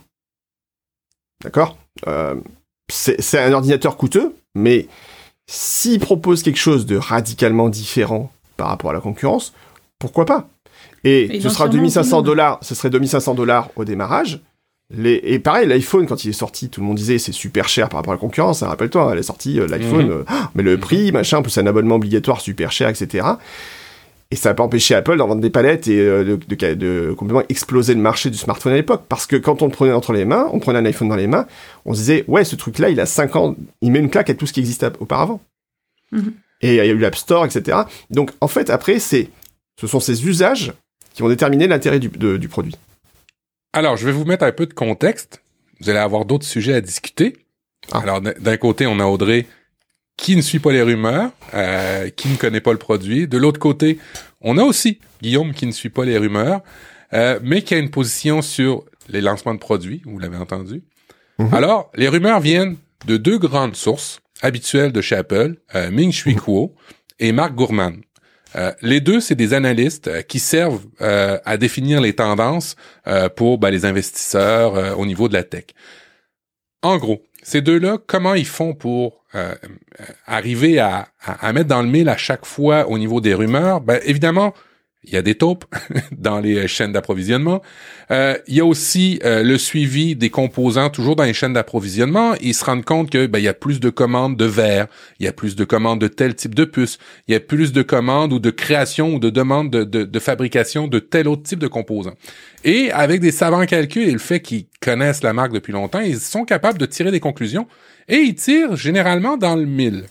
D'accord euh, c'est, c'est un ordinateur coûteux, mais s'il propose quelque chose de radicalement différent par rapport à la concurrence, pourquoi pas ? Et, et ce sera deux mille cinq cents dollars, ce serait deux mille cinq cents dollars au démarrage. Les, et pareil, l'iPhone, quand il est sorti, tout le monde disait c'est super cher par rapport à la concurrence. Hein, rappelle-toi, elle est sortie, euh, l'iPhone, mm-hmm. euh, mais le prix, machin, plus un abonnement obligatoire super cher, et cetera. Et ça n'a pas empêché Apple d'en vendre des palettes et euh, de, de, de complètement exploser le marché du smartphone à l'époque. Parce que quand on le prenait entre les mains, on prenait un iPhone dans les mains, on se disait, ouais, ce truc-là, il a cinq ans, il met une claque à tout ce qui existait auparavant. Mm-hmm. Et il y a eu l'App Store, et cetera. Donc, en fait, après, c'est, ce sont ces usages qui vont déterminer l'intérêt du, de, du produit. Alors, je vais vous mettre un peu de contexte. Vous allez avoir d'autres sujets à discuter. Ah. Alors, d'un côté, on a Audrey qui ne suit pas les rumeurs, euh, qui ne connaît pas le produit. De l'autre côté, on a aussi Guillaume qui ne suit pas les rumeurs, euh, mais qui a une position sur les lancements de produits, vous l'avez entendu. Mm-hmm. Alors, les rumeurs viennent de deux grandes sources habituelles de chez Apple, euh, Ming-Chi Kuo et Mark Gurman. Euh, les deux, c'est des analystes euh, qui servent euh, à définir les tendances euh, pour ben, les investisseurs euh, au niveau de la tech. En gros, ces deux-là, comment ils font pour euh, arriver à, à, à mettre dans le mille à chaque fois au niveau des rumeurs? Ben évidemment, il y a des taupes dans les chaînes d'approvisionnement. Euh, il y a aussi euh, le suivi des composants toujours dans les chaînes d'approvisionnement. Ils se rendent compte que ben il y a plus de commandes de verre, il y a plus de commandes de tel type de puce, il y a plus de commandes ou de création ou de demandes de, de, de fabrication de tel autre type de composants. Et avec des savants calculs et le fait qu'ils connaissent la marque depuis longtemps, ils sont capables de tirer des conclusions et ils tirent généralement dans le mille.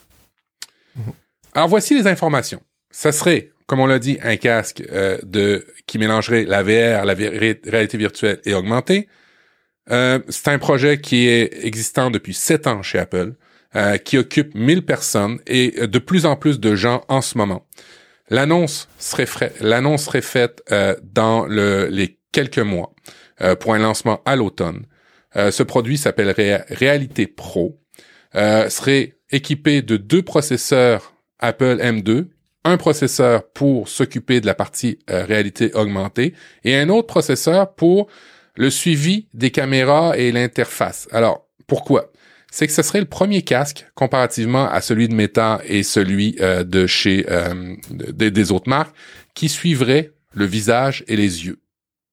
Alors voici les informations. Ça serait, comme on l'a dit, un casque euh, de qui mélangerait la V R, la ré- réalité virtuelle et augmentée. Euh, c'est un projet qui est existant depuis sept ans chez Apple, euh, qui occupe mille personnes et de plus en plus de gens en ce moment. L'annonce serait, fra- l'annonce serait faite euh, dans le, les quelques mois euh, pour un lancement à l'automne. Euh, ce produit s'appellerait Réalité Pro, euh, serait équipé de deux processeurs Apple M deux, un processeur pour s'occuper de la partie euh, réalité augmentée et un autre processeur pour le suivi des caméras et l'interface. Alors, pourquoi? C'est que ce serait le premier casque comparativement à celui de Meta et celui euh, de chez euh, de, des autres marques qui suivrait le visage et les yeux.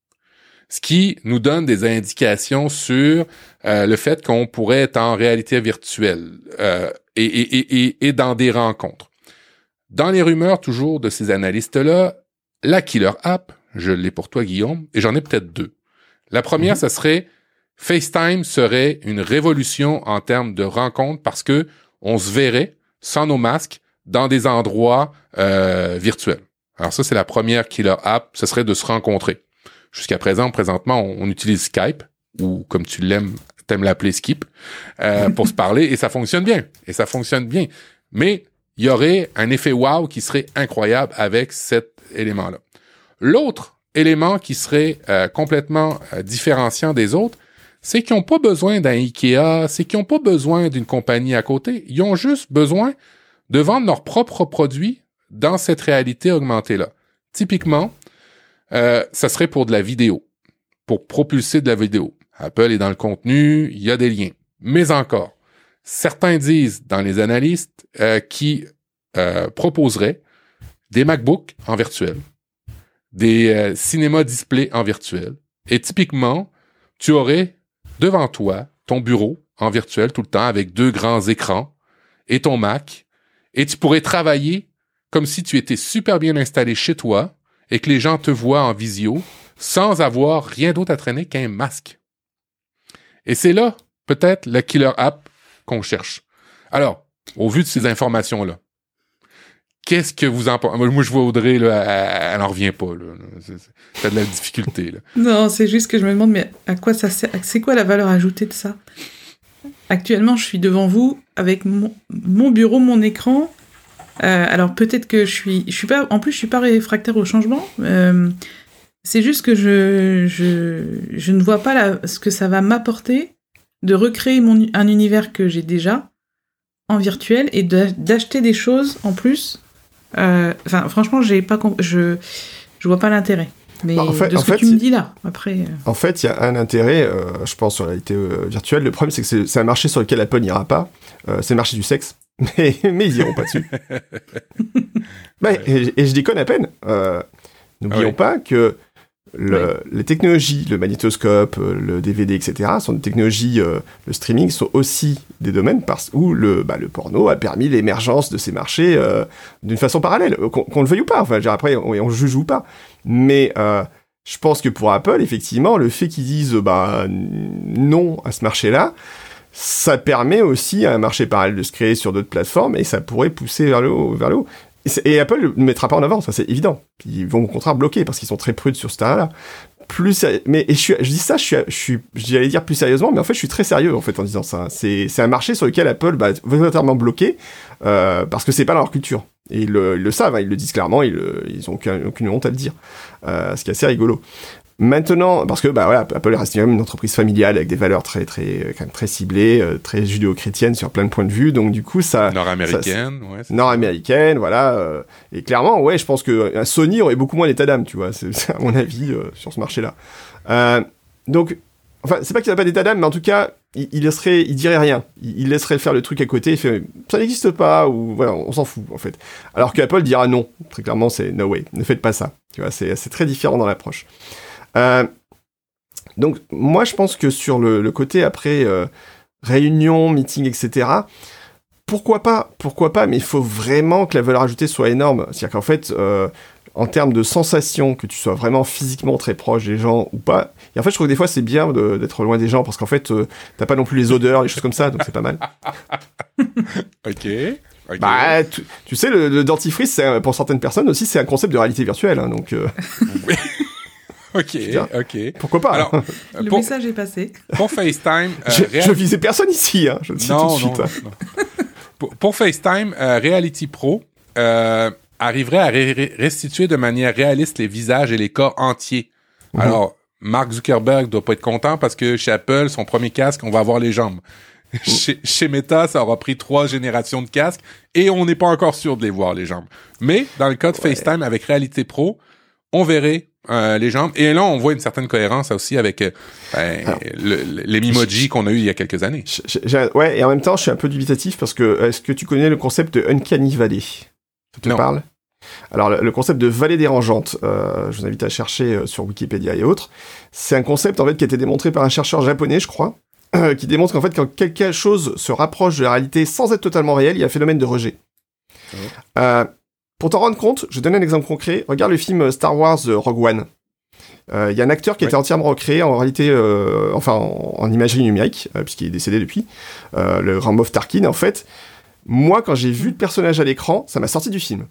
Ce qui nous donne des indications sur euh, le fait qu'on pourrait être en réalité virtuelle euh, et, et, et, et dans des rencontres. Dans les rumeurs toujours de ces analystes-là, la killer app, je l'ai pour toi Guillaume, et j'en ai peut-être deux. La première, mm-hmm. ça serait FaceTime serait une révolution en termes de rencontres parce que on se verrait sans nos masques dans des endroits euh, virtuels. Alors ça, c'est la première killer app, ce serait de se rencontrer. Jusqu'à présent, présentement, on, on utilise Skype, ou comme tu l'aimes, t'aimes l'appeler Skip, euh, pour se parler, et ça fonctionne bien. Et ça fonctionne bien. Mais il y aurait un effet wow qui serait incroyable avec cet élément-là. L'autre élément qui serait euh, complètement euh, différenciant des autres, c'est qu'ils n'ont pas besoin d'un Ikea, c'est qu'ils n'ont pas besoin d'une compagnie à côté, ils ont juste besoin de vendre leurs propres produits dans cette réalité augmentée-là. Typiquement, euh, ça serait pour de la vidéo, pour propulser de la vidéo. Apple est dans le contenu, il y a des liens. Mais encore, certains disent dans les analystes euh, qui euh, proposeraient des MacBooks en virtuel, des euh, cinéma display en virtuel. Et typiquement, tu aurais devant toi ton bureau en virtuel tout le temps avec deux grands écrans et ton Mac. Et tu pourrais travailler comme si tu étais super bien installé chez toi et que les gens te voient en visio sans avoir rien d'autre à traîner qu'un masque. Et c'est là, peut-être, la killer app qu'on cherche. Alors, au vu de ces informations-là, qu'est-ce que vous en pensez? Moi, je vois Audrey, là, elle, elle en revient pas, là. C'est, c'est, t'as de la difficulté, là. Non, c'est juste que je me demande, mais à quoi ça sert? C'est quoi la valeur ajoutée de ça? Actuellement, je suis devant vous avec mon, mon bureau, mon écran. Euh, alors peut-être que je suis, je suis pas, en plus, je suis pas réfractaire au changement. Euh, c'est juste que je, je, je ne vois pas la, ce que ça va m'apporter de recréer mon, un univers que j'ai déjà en virtuel et de, d'acheter des choses en plus. Enfin, euh, franchement, j'ai pas, comp- je, je vois pas l'intérêt. Mais bah, en fait, de ce que fait, tu me dis là, après... Euh... En fait, il y a un intérêt, euh, je pense, sur la réalité euh, virtuelle. Le problème, c'est que c'est, c'est un marché sur lequel Apple n'ira pas. Euh, c'est le marché du sexe. Mais, mais ils n'iront pas dessus. bah, et, et je déconne à peine. Euh, n'oublions ah oui. pas que Le, Ouais. Les technologies, le magnétoscope, euh, le D V D, et cetera, sont des technologies, euh, le streaming sont aussi des domaines parce, où le, bah, le porno a permis l'émergence de ces marchés euh, d'une façon parallèle, qu'on, qu'on le veuille ou pas. Enfin, je veux dire, après, on, on juge ou pas. Mais euh, je pense que pour Apple, effectivement, le fait qu'ils disent bah, non à ce marché-là, ça permet aussi à un marché parallèle de se créer sur d'autres plateformes et ça pourrait pousser vers le haut. Vers le haut. Et, et Apple ne mettra pas en avant, ça c'est évident. Ils vont au contraire bloquer parce qu'ils sont très prudes sur ce terrain-là. Plus sérieux, mais et je, suis, je dis ça, je suis, je suis, j'allais dire plus sérieusement, mais en fait je suis très sérieux en fait en disant ça. C'est, c'est un marché sur lequel Apple va bah, volontairement bloquer euh, parce que c'est pas dans leur culture. Et ils le, ils le savent, hein, ils le disent clairement, ils, le, ils ont aucun, aucune honte à le dire. Euh, ce qui est assez rigolo. Maintenant, parce que bah voilà, Apple reste quand même une entreprise familiale avec des valeurs très très quand même très ciblées, euh, très judéo-chrétiennes sur plein de points de vue. Donc du coup, ça nord-américaine, ça, ouais, c'est nord-américaine, voilà. Euh, et clairement, ouais, je pense que un Sony aurait beaucoup moins d'état d'âme, tu vois. C'est, c'est à mon avis euh, sur ce marché-là. Euh, donc, enfin, c'est pas qu'il n'a pas d'état d'âme, mais en tout cas, il, il laisserait, il dirait rien. Il, il laisserait faire le truc à côté. Il fait, ça n'existe pas ou voilà, on s'en fout en fait. Alors qu'Apple dira non. Très clairement, c'est no way. Ne faites pas ça. Tu vois, c'est, c'est très différent dans l'approche. Euh, donc moi je pense que sur le, le côté après euh, réunion, meeting, et cetera, pourquoi pas, pourquoi pas, mais il faut vraiment que la valeur ajoutée soit énorme. C'est-à-dire qu'en fait, euh, en termes de sensation, que tu sois vraiment physiquement très proche des gens ou pas, et en fait je trouve que des fois c'est bien de, d'être loin des gens parce qu'en fait euh, t'as pas non plus les odeurs, les choses comme ça, donc c'est pas mal. Ok. Okay. Bah, tu, tu sais, le, le dentifrice, c'est, pour certaines personnes aussi, c'est un concept de réalité virtuelle, hein, donc... Euh... Oui. Ok, ok. Pourquoi pas? Alors, le pour, message est passé. Pour FaceTime... Euh, je, réal... je visais personne ici, hein, je le dis non, tout de suite. Non, hein. non. pour, pour FaceTime, euh, Reality Pro euh, arriverait à ré- restituer de manière réaliste les visages et les corps entiers. Mm-hmm. Alors, Mark Zuckerberg doit pas être content parce que chez Apple, son premier casque, on va avoir les jambes. Mm. Chez, chez Meta, ça aura pris trois générations de casques et on n'est pas encore sûr de les voir, les jambes. Mais dans le cas de ouais. FaceTime avec Reality Pro, on verrait euh, les jambes. Et là, on voit une certaine cohérence aussi avec euh, ben, Alors, le, le, les Mimoji qu'on a eu il y a quelques années. J'ai, j'ai, ouais, et en même temps, je suis un peu dubitatif parce que est-ce que tu connais le concept de Uncanny Valley? Ça te non. parle? Alors, le, le concept de vallée dérangeante, euh, je vous invite à chercher euh, sur Wikipédia et autres. C'est un concept en fait qui a été démontré par un chercheur japonais, je crois, euh, qui démontre qu'en fait, quand quelque chose se rapproche de la réalité sans être totalement réel, il y a un phénomène de rejet. Ouais. Euh, Pour t'en rendre compte, je vais donner un exemple concret. Regarde le film Star Wars Rogue One. Il euh, y a un acteur qui a ouais. été entièrement recréé en réalité, euh, enfin en, en imagerie numérique, euh, puisqu'il est décédé depuis, euh, le grand Moff Tarkin. En fait, moi, quand j'ai vu le personnage à l'écran, ça m'a sorti du film.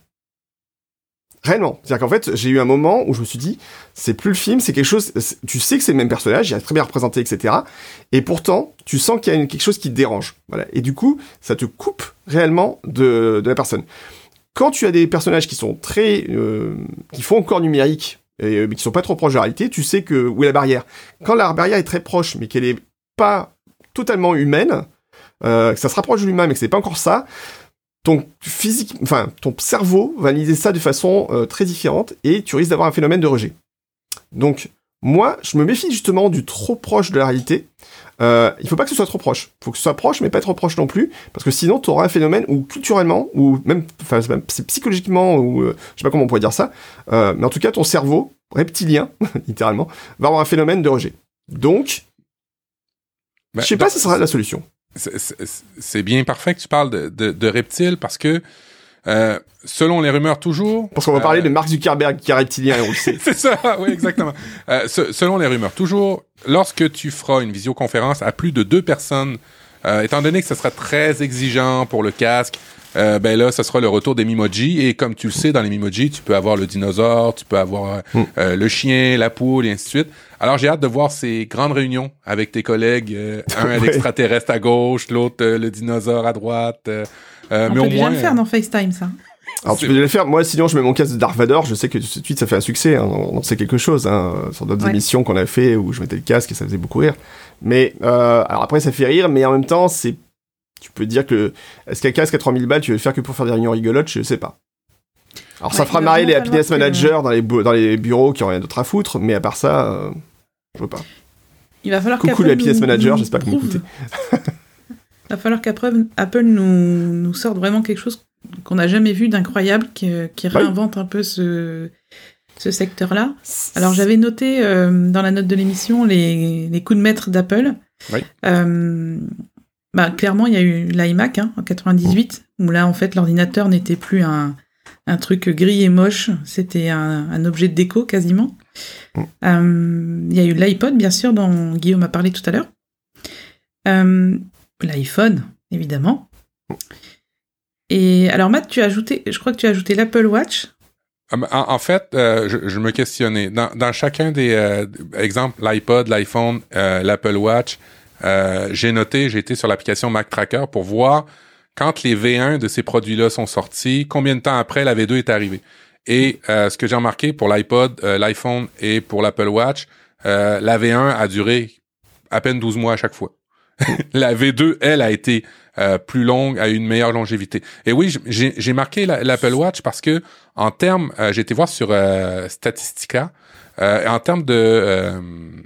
Réellement. C'est-à-dire qu'en fait, j'ai eu un moment où je me suis dit, c'est plus le film, c'est quelque chose... C'est, tu sais que c'est le même personnage, il est très bien représenté, et cetera. Et pourtant, tu sens qu'il y a une, quelque chose qui te dérange. Voilà. Et du coup, ça te coupe réellement de, de la personne. Quand tu as des personnages qui sont très... Euh, qui font encore numérique, et, mais qui sont pas trop proches de la réalité, tu sais que où est la barrière. Quand la barrière est très proche, mais qu'elle est pas totalement humaine, euh, que ça se rapproche de l'humain, mais que c'est pas encore ça, ton physique, enfin, ton cerveau va analyser ça de façon euh, très différente, et tu risques d'avoir un phénomène de rejet. Donc, moi, je me méfie justement du trop proche de la réalité. Euh, il faut pas que ce soit trop proche. Il faut que ce soit proche, mais pas trop proche non plus, parce que sinon, tu auras un phénomène où culturellement, ou même, enfin, c'est psychologiquement, ou euh, je sais pas comment on pourrait dire ça, euh, mais en tout cas, ton cerveau reptilien, littéralement, va avoir un phénomène de rejet. Donc, bah, je sais pas si ce sera la solution. C'est, c'est, c'est bien parfait que tu parles de, de, de reptiles, parce que Euh, selon les rumeurs toujours... Parce qu'on va euh, parler de Mark Zuckerberg qui est reptilien, on le sait. C'est ça, oui, exactement. euh, ce, selon les rumeurs toujours, lorsque tu feras une visioconférence à plus de deux personnes, euh, étant donné que ce sera très exigeant pour le casque, euh, ben là, ce sera le retour des Mimoji. Et comme tu le sais, dans les Mimoji, tu peux avoir le dinosaure, tu peux avoir mm. euh, le chien, la poule, et ainsi de suite. Alors, j'ai hâte de voir ces grandes réunions avec tes collègues. Euh, un ouais. l'extraterrestre à gauche, l'autre euh, le dinosaure à droite... Euh, Euh, On mais peut au déjà moins, le faire dans FaceTime, ça. Alors, c'est... tu peux déjà le faire. Moi, sinon, je mets mon casque de Darth Vader. Je sais que tout de suite, ça fait un succès. Hein. On en sait quelque chose. Hein, sur d'autres ouais. émissions qu'on a fait où je mettais le casque et ça faisait beaucoup rire. Mais, euh, alors après, ça fait rire, mais en même temps, c'est... Tu peux dire que... Est-ce qu'un casque à trois mille balles, tu veux le faire que pour faire des réunions rigolotes? Je sais pas. Alors, ouais, ça fera marrer les happiness managers que... dans, les bu- dans les bureaux qui ont rien d'autre à foutre, mais à part ça, euh, je veux pas. Il va falloir Coucou les happiness managers, j'espère que vous m'écoutez. Il va falloir qu'Apple nous, nous sorte vraiment quelque chose qu'on n'a jamais vu d'incroyable, qui, qui réinvente oui. un peu ce, ce secteur-là. Alors, j'avais noté euh, dans la note de l'émission les, les coups de maître d'Apple. Oui. Euh, bah, clairement, il y a eu l'iMac hein, en quatre-vingt-dix-huit, où là, en fait, l'ordinateur n'était plus un, un truc gris et moche, c'était un, un objet de déco quasiment. Il euh, y a eu l'iPod, bien sûr, dont Guillaume a parlé tout à l'heure. Euh, L'iPhone, évidemment. Et alors, Matt, tu as ajouté, je crois que tu as ajouté l'Apple Watch. En, en fait, euh, je, je me questionnais. Dans, dans chacun des euh, exemples, l'iPod, l'iPhone, euh, l'Apple Watch, euh, j'ai noté, j'ai été sur l'application Mac Tracker pour voir quand les V un de ces produits-là sont sortis, combien de temps après la V deux est arrivée. Et euh, ce que j'ai remarqué pour l'iPod, euh, l'iPhone et pour l'Apple Watch, euh, la V un a duré à peine douze mois à chaque fois. La V deux, elle, a été euh, plus longue, a eu une meilleure longévité. Et oui, j'ai, j'ai marqué la, l'Apple Watch parce que en termes, euh, j'ai été voir sur euh, Statistica, euh, en termes de euh,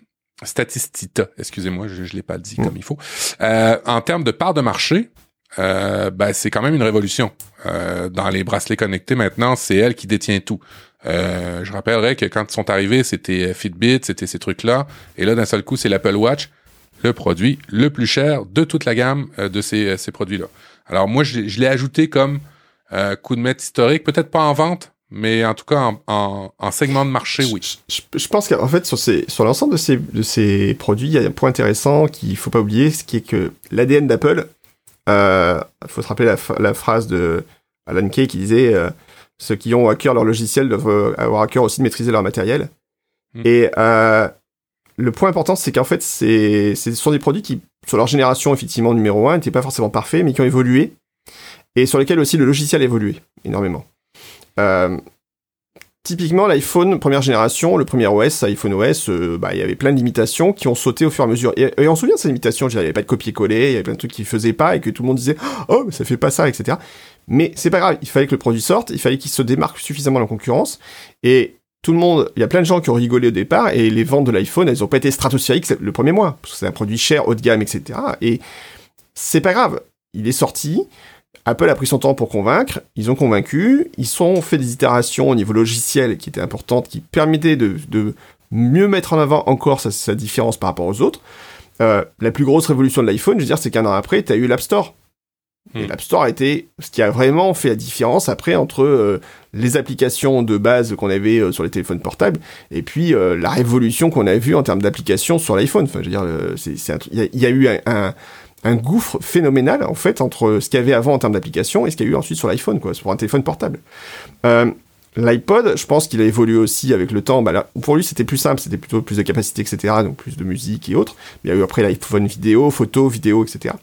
Statistita, excusez-moi, je, je l'ai pas dit mmh. comme il faut. Euh, en termes de part de marché, euh, ben c'est quand même une révolution. Euh, dans les bracelets connectés maintenant, c'est elle qui détient tout. Euh, je rappellerai que quand ils sont arrivés, c'était Fitbit, c'était ces trucs-là, et là d'un seul coup, c'est l'Apple Watch, le produit le plus cher de toute la gamme euh, de ces, euh, ces produits-là. Alors moi, je, je l'ai ajouté comme euh, coup de maître historique, peut-être pas en vente, mais en tout cas en, en, en segment de marché, oui. Je, je, je pense qu'en fait, sur, ces, sur l'ensemble de ces, de ces produits, il y a un point intéressant qu'il faut pas oublier, ce qui est que l'A D N d'Apple, il euh, faut se rappeler la, la phrase de Alan Kay qui disait euh, « Ceux qui ont à cœur leur logiciel doivent avoir à cœur aussi de maîtriser leur matériel. Mmh. » Et euh, le point important, c'est qu'en fait, c'est, c'est, ce sont des produits qui, sur leur génération, effectivement, numéro un, n'étaient pas forcément parfaits, mais qui ont évolué, et sur lesquels aussi le logiciel a évolué énormément. Euh, typiquement, l'iPhone, première génération, le premier O S, iPhone O S, euh, bah, il y avait plein de limitations qui ont sauté au fur et à mesure. Et, et on se souvient de ces limitations, il n'y avait pas de copier-coller, il y avait plein de trucs qui ne faisaient pas, et que tout le monde disait « Oh, mais ça fait pas ça, et cetera » Mais c'est pas grave, il fallait que le produit sorte, il fallait qu'il se démarque suffisamment de la concurrence, et tout le monde, il y a plein de gens qui ont rigolé au départ, et les ventes de l'iPhone, elles ont pas été stratosphériques le premier mois, parce que c'est un produit cher, haut de gamme, et cetera. Et c'est pas grave, il est sorti, Apple a pris son temps pour convaincre, ils ont convaincu, ils ont fait des itérations au niveau logiciel qui étaient importantes, qui permettaient de, de mieux mettre en avant encore sa, sa différence par rapport aux autres. Euh, la plus grosse révolution de l'iPhone, je veux dire, c'est qu'un an après, t'as eu l'App Store. Et l'App Store a été ce qui a vraiment fait la différence après entre euh, les applications de base qu'on avait euh, sur les téléphones portables et puis euh, la révolution qu'on a vue en termes d'applications sur l'iPhone. Enfin, je veux dire, euh, c'est, c'est il y, y a eu un, un, un gouffre phénoménal en fait entre ce qu'il y avait avant en termes d'applications et ce qu'il y a eu ensuite sur l'iPhone, quoi, sur un téléphone portable. Euh, L'iPod, je pense qu'il a évolué aussi avec le temps. Bah là, pour lui, c'était plus simple, c'était plutôt plus de capacité, et cetera. Donc plus de musique et autres. Il y a eu après l'iPhone vidéo, photo, vidéo, et cetera.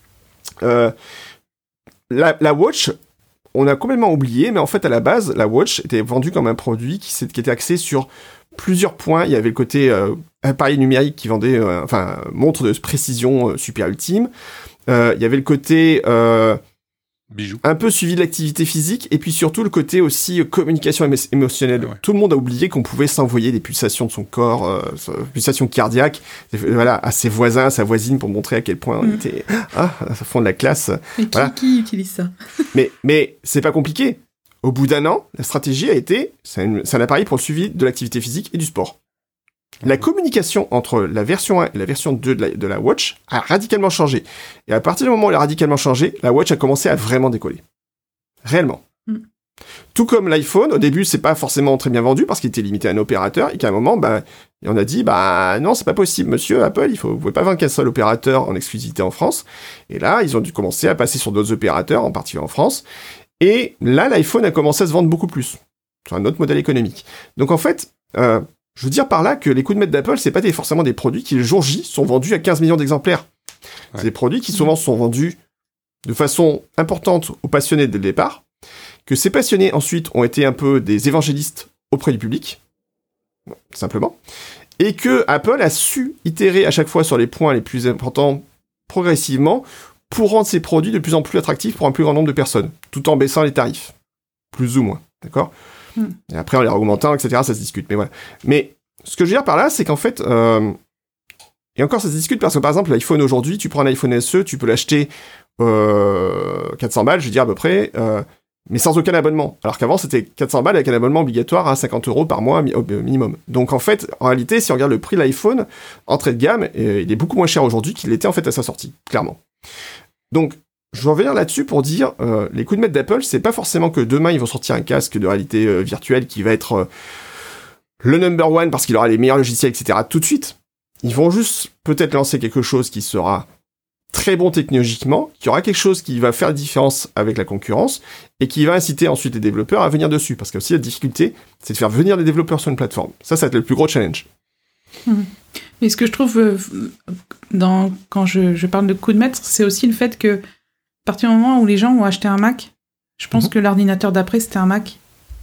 Euh, La, la Watch, on a complètement oublié, mais en fait, à la base, la Watch était vendue comme un produit qui, qui était axé sur plusieurs points. Il y avait le côté euh, appareil numérique qui vendait, euh, enfin, montre de précision euh, super ultime. Euh, il y avait le côté euh, bijou, un peu suivi de l'activité physique, et puis surtout le côté aussi euh, communication émo- émotionnelle. Ah ouais. Tout le monde a oublié qu'on pouvait s'envoyer des pulsations de son corps, euh, pulsations cardiaques, voilà, à ses voisins, à sa voisine, pour montrer à quel point on mmh. était ah, à fond de la classe. Mais qui, voilà. qui utilise ça? mais, mais c'est pas compliqué. Au bout d'un an, la stratégie a été, c'est un, c'est un appareil pour le suivi de l'activité physique et du sport. La communication entre la version un et la version deux de la, de la Watch a radicalement changé. Et à partir du moment où elle a radicalement changé, la Watch a commencé à vraiment décoller. Réellement. Mm. Tout comme l'iPhone, au début, c'est pas forcément très bien vendu parce qu'il était limité à un opérateur et qu'à un moment, bah, on a dit, bah, non, c'est pas possible, monsieur Apple, il faut, vous pouvez pas vendre qu'un seul opérateur en exclusivité en France. Et là, ils ont dû commencer à passer sur d'autres opérateurs, en particulier en France. Et là, l'iPhone a commencé à se vendre beaucoup plus. Sur un autre modèle économique. Donc en fait, euh, je veux dire par là que les coups de maître d'Apple, c'est pas des, forcément des produits qui, le jour J, sont vendus à quinze millions d'exemplaires. Ouais. C'est des produits qui souvent sont vendus de façon importante aux passionnés dès le départ, que ces passionnés ensuite ont été un peu des évangélistes auprès du public, bon, simplement, et que Apple a su itérer à chaque fois sur les points les plus importants progressivement pour rendre ses produits de plus en plus attractifs pour un plus grand nombre de personnes, tout en baissant les tarifs, plus ou moins, d'accord ? Et après, en les augmentant, et cetera, ça se discute. Mais voilà. Mais ce que je veux dire par là, c'est qu'en fait, euh, et encore, ça se discute parce que par exemple, l'iPhone aujourd'hui, tu prends un iPhone S E, tu peux l'acheter euh, quatre cents balles, je veux dire à peu près. Euh, mais sans aucun abonnement. Alors qu'avant, c'était quatre cents balles avec un abonnement obligatoire à cinquante euros par mois au minimum. Donc en fait, en réalité, si on regarde le prix de l'iPhone, entrée de gamme, euh, il est beaucoup moins cher aujourd'hui qu'il l'était en fait à sa sortie, clairement. Donc, je vais revenir là-dessus pour dire, euh, les coups de maître d'Apple, c'est pas forcément que demain, ils vont sortir un casque de réalité euh, virtuelle qui va être euh, le number one parce qu'il aura les meilleurs logiciels, et cetera tout de suite. Ils vont juste peut-être lancer quelque chose qui sera très bon technologiquement, qui aura quelque chose qui va faire la différence avec la concurrence et qui va inciter ensuite les développeurs à venir dessus. Parce que aussi la difficulté, c'est de faire venir les développeurs sur une plateforme. Ça, ça va être le plus gros challenge. Mmh. Et ce que je trouve, euh, dans, quand je, je parle de coup de maître, c'est aussi le fait que, à partir du moment où les gens ont acheté un Mac, je pense mmh. que l'ordinateur d'après, c'était un Mac.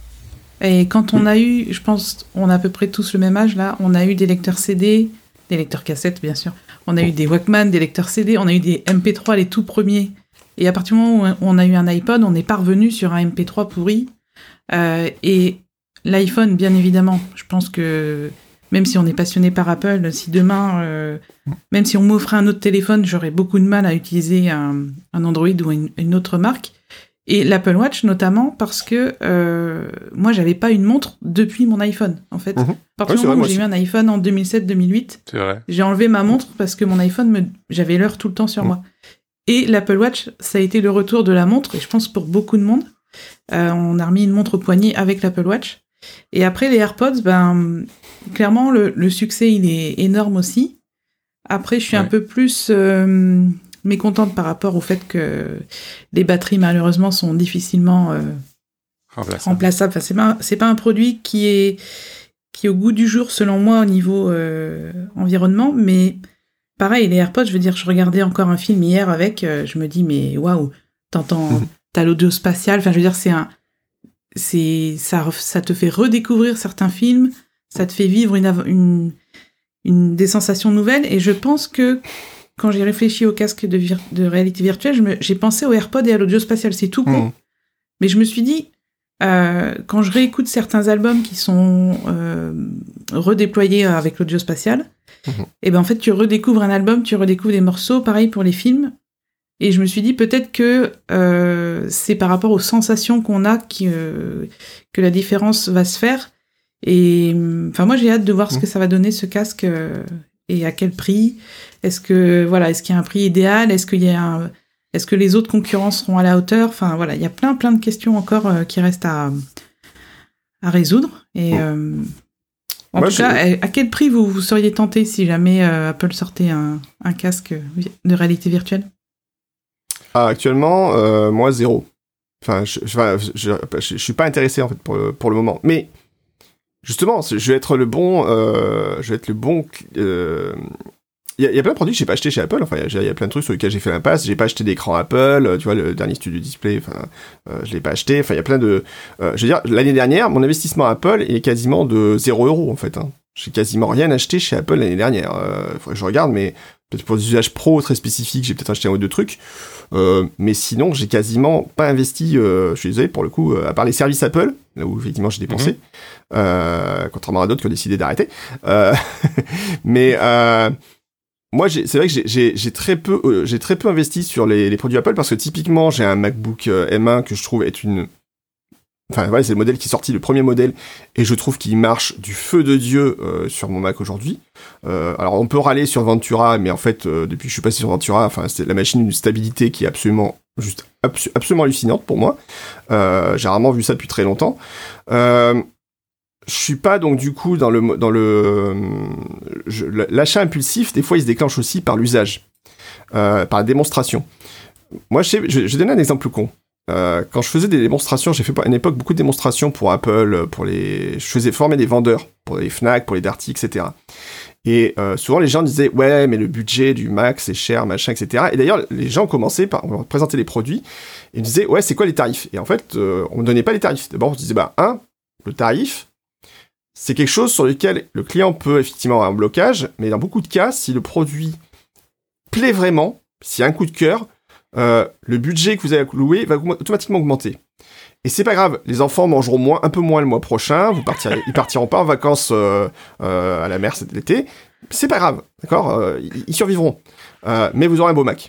Et quand on mmh. a eu, je pense, on a à peu près tous le même âge, là, on a eu des lecteurs C D, des lecteurs cassettes, bien sûr. On a eu des Walkman, des lecteurs C D, on a eu des M P trois, les tout premiers. Et à partir du moment où on a eu un iPod, on est parvenu sur un M P trois pourri. Euh, et l'iPhone, bien évidemment, je pense que même si on est passionné par Apple, si demain, euh, même si on m'offrait un autre téléphone, j'aurais beaucoup de mal à utiliser un, un Android ou une, une autre marque. Et l'Apple Watch, notamment, parce que euh, moi, j'avais pas une montre depuis mon iPhone, en fait. Mmh. À partir ouais, du moment vrai, où j'ai eu un iPhone en deux mille sept deux mille huit, c'est vrai. J'ai enlevé ma montre parce que mon iPhone, me... j'avais l'heure tout le temps sur mmh. moi. Et l'Apple Watch, ça a été le retour de la montre, et je pense pour beaucoup de monde. Euh, on a remis une montre au poignet avec l'Apple Watch. Et après, les AirPods, ben, clairement, le, le succès, il est énorme aussi. Après, je suis ouais. un peu plus... Euh, mécontente par rapport au fait que les batteries, malheureusement, sont difficilement euh, remplaçables. remplaçables. Enfin, c'est pas, c'est pas un produit qui est, qui est au goût du jour, selon moi, au niveau euh, environnement, mais pareil, les AirPods, je veux dire, je regardais encore un film hier avec, euh, je me dis, mais waouh, t'entends, mmh. t'as l'audio spatial, enfin, je veux dire, c'est un, c'est, ça, ça te fait redécouvrir certains films, ça te fait vivre une, une, une, des sensations nouvelles, et je pense que quand j'ai réfléchi au casque de, vir- de réalité virtuelle, je me, j'ai pensé aux AirPods et à l'audio spatial. C'est tout con. Mmh. Mais je me suis dit, euh, quand je réécoute certains albums qui sont euh, redéployés avec l'audio spatial, mmh. et ben en fait, tu redécouvres un album, tu redécouvres des morceaux, pareil pour les films. Et je me suis dit, peut-être que euh, c'est par rapport aux sensations qu'on a qui, euh, que la différence va se faire. Et enfin, moi, j'ai hâte de voir mmh. ce que ça va donner, ce casque, euh, et à quel prix. Est-ce que voilà, est-ce qu'il y a un prix idéal ? Est-ce qu'il y a un... est-ce que les autres concurrents seront à la hauteur ? Enfin voilà, il y a plein plein de questions encore euh, qui restent à à résoudre. Et euh, en Moi, tout cas, à, à quel prix vous vous seriez tenté si jamais euh, Apple sortait un, un casque de réalité virtuelle ? Ah, actuellement, euh, moi zéro. Enfin, je, je, je, je, je suis pas intéressé en fait pour le, pour le moment. Mais justement, je vais être le bon, euh, je vais être le bon. Euh, Il y, y a plein de produits que j'ai pas acheté chez Apple. Enfin, il y, y a plein de trucs sur lesquels j'ai fait l'impasse. J'ai pas acheté d'écran Apple. Tu vois, le dernier Studio Display, enfin, euh, je l'ai pas acheté. Enfin, il y a plein de. Euh, je veux dire, l'année dernière, mon investissement Apple est quasiment de zéro euro en fait. Hein. J'ai quasiment rien acheté chez Apple l'année dernière. Euh, faudrait que je regarde, mais peut-être pour des usages pro très spécifiques, j'ai peut-être acheté un ou deux trucs. Euh, mais sinon, j'ai quasiment pas investi. Euh, je suis désolé pour le coup, euh, à part les services Apple, là où effectivement j'ai dépensé, mm-hmm. euh, contrairement à d'autres qui ont décidé d'arrêter. Euh, mais euh, moi, j'ai, c'est vrai que j'ai, j'ai, j'ai très peu, euh, j'ai très peu investi sur les, les produits Apple parce que typiquement, j'ai un MacBook M un que je trouve être une, enfin voilà, c'est le modèle qui est sorti, le premier modèle, et je trouve qu'il marche du feu de Dieu euh, sur mon Mac aujourd'hui. Euh, alors on peut râler sur Ventura, mais en fait, euh, depuis que je suis passé sur Ventura, enfin c'est la machine d'une stabilité qui est absolument, juste abs- absolument hallucinante pour moi. Euh, j'ai rarement vu ça depuis très longtemps. Euh, Je suis pas donc du coup dans le dans le je, l'achat impulsif. Des fois, il se déclenche aussi par l'usage, euh, par la démonstration. Moi, je, sais, je, je vais donner un exemple con. Euh, quand je faisais des démonstrations, j'ai fait à une époque beaucoup de démonstrations pour Apple, pour les, je faisais former des vendeurs pour les Fnac, pour les Darty, et cetera. Et euh, souvent les gens disaient ouais, mais le budget du Mac c'est cher, machin, et cetera. Et d'ailleurs, les gens commençaient par on leur présentait les produits et ils me disaient ouais, c'est quoi les tarifs ? Et en fait, euh, on me donnait pas les tarifs. D'abord, on se disait bah un, le tarif. C'est quelque chose sur lequel le client peut effectivement avoir un blocage, mais dans beaucoup de cas, si le produit plaît vraiment, s'il y a un coup de cœur, euh, le budget que vous avez loué va automatiquement augmenter. Et c'est pas grave, les enfants mangeront moins, un peu moins le mois prochain, vous partirez, ils partiront pas en vacances euh, euh, à la mer cet été, c'est pas grave, d'accord, euh, ils, ils survivront. Euh, mais vous aurez un beau Mac.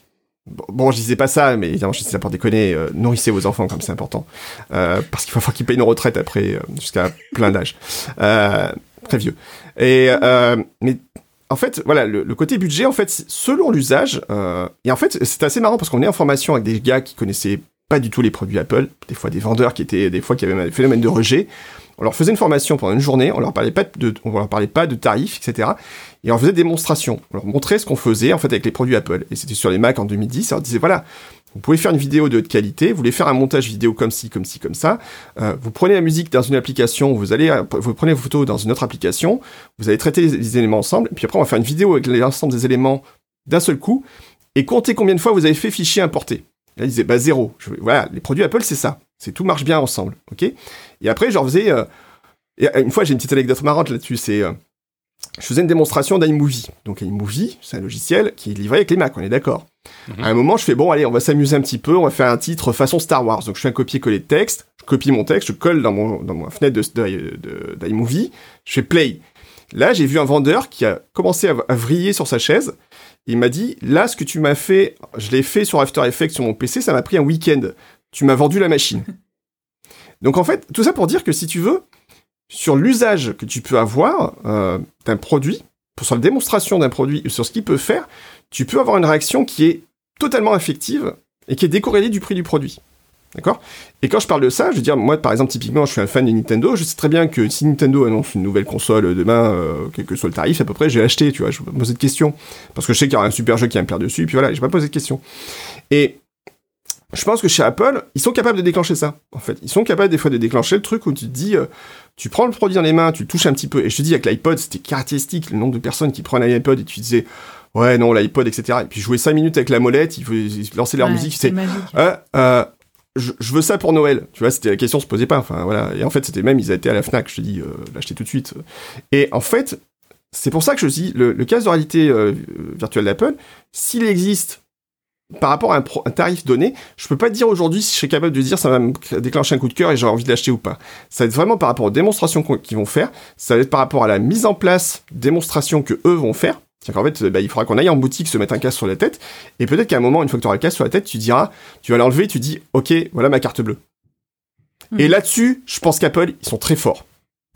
Bon, je disais pas ça, mais évidemment, je disais ça pour déconner. Euh, nourrissez vos enfants, comme c'est important. Euh, parce qu'il va falloir qu'ils payent nos retraites après, euh, jusqu'à plein d'âge. Euh, très vieux. Et, euh, mais, en fait, voilà, le, le côté budget, en fait, selon l'usage, euh, et en fait, c'est assez marrant parce qu'on est en formation avec des gars qui connaissaient pas du tout les produits Apple, des fois des vendeurs qui étaient, des fois qui avaient un phénomène de rejet. On leur faisait une formation pendant une journée, on leur parlait pas de, on leur parlait pas de tarifs, et cetera. Et on faisait des démonstrations. On leur montrait ce qu'on faisait, en fait, avec les produits Apple. Et c'était sur les Mac en deux mille dix. Et on leur disait, voilà, vous pouvez faire une vidéo de haute qualité, vous voulez faire un montage vidéo comme ci, comme ci, comme ça. Euh, vous prenez la musique dans une application, vous allez, vous prenez vos photos dans une autre application, vous allez traiter les, les éléments ensemble, et puis après, on va faire une vidéo avec l'ensemble des éléments d'un seul coup, et comptez combien de fois vous avez fait fichier importer. Là, ils disaient, bah, zéro. Je, voilà, les produits Apple, c'est ça. C'est tout marche bien ensemble, ok? Et après, je leur faisais, euh, et une fois, j'ai une petite anecdote marrante là-dessus, c'est, euh, je faisais une démonstration d'iMovie. Donc, iMovie, c'est un logiciel qui est livré avec les Mac, on est d'accord. Mm-hmm. À un moment, je fais, bon, allez, on va s'amuser un petit peu, on va faire un titre façon Star Wars. Donc, je fais un copier-coller de texte, je copie mon texte, je colle dans mon, dans ma fenêtre de, de, de, d'iMovie, je fais play. Là, j'ai vu un vendeur qui a commencé à, à vriller sur sa chaise. Il m'a dit, là, ce que tu m'as fait, je l'ai fait sur After Effects sur mon P C, ça m'a pris un week-end. Tu m'as vendu la machine. Donc, en fait, tout ça pour dire que si tu veux, sur l'usage que tu peux avoir euh, d'un produit, sur la démonstration d'un produit, sur ce qu'il peut faire, tu peux avoir une réaction qui est totalement effective et qui est décorrélée du prix du produit. D'accord ? Et quand je parle de ça, je veux dire, moi, par exemple, typiquement, je suis un fan de Nintendo, je sais très bien que si Nintendo annonce une nouvelle console demain, euh, quel que soit le tarif, à peu près, j'ai acheté, tu vois, je vais pas me poser de questions. Parce que je sais qu'il y aura un super jeu qui va me plaire dessus, et puis voilà, je vais pas poser de questions. Et je pense que chez Apple, ils sont capables de déclencher ça, en fait. Ils sont capables, des fois, de déclencher le truc où tu te dis, euh, tu prends le produit dans les mains, tu le touches un petit peu, et je te dis, avec l'iPod, c'était caractéristique, le nombre de personnes qui prennent un iPod, et tu disais, ouais, non, l'iPod, et cetera. Et puis jouer cinq minutes avec la molette, ils, ils lançaient leur ouais, musique, c'est c'est, euh, euh, Je, je veux ça pour Noël, tu vois, c'était la question se posait pas, enfin voilà, et en fait c'était même, ils étaient à la Fnac, je te dis, euh, l'acheter tout de suite, et en fait, c'est pour ça que je dis, le, le casque de réalité euh, virtuelle d'Apple, s'il existe par rapport à un, pro, un tarif donné, je peux pas te dire aujourd'hui si je serais capable de dire ça va me déclencher un coup de cœur et j'aurai envie de l'acheter ou pas. Ça va être vraiment par rapport aux démonstrations qu'ils vont faire, ça va être par rapport à la mise en place démonstrations que eux vont faire. C'est-à-dire qu'en fait, bah, il faudra qu'on aille en boutique se mettre un casque sur la tête, et peut-être qu'à un moment, une fois que tu auras le casque sur la tête, tu diras, tu vas l'enlever, tu dis, ok, voilà ma carte bleue. Mmh. Et là-dessus, je pense qu'Apple, ils sont très forts.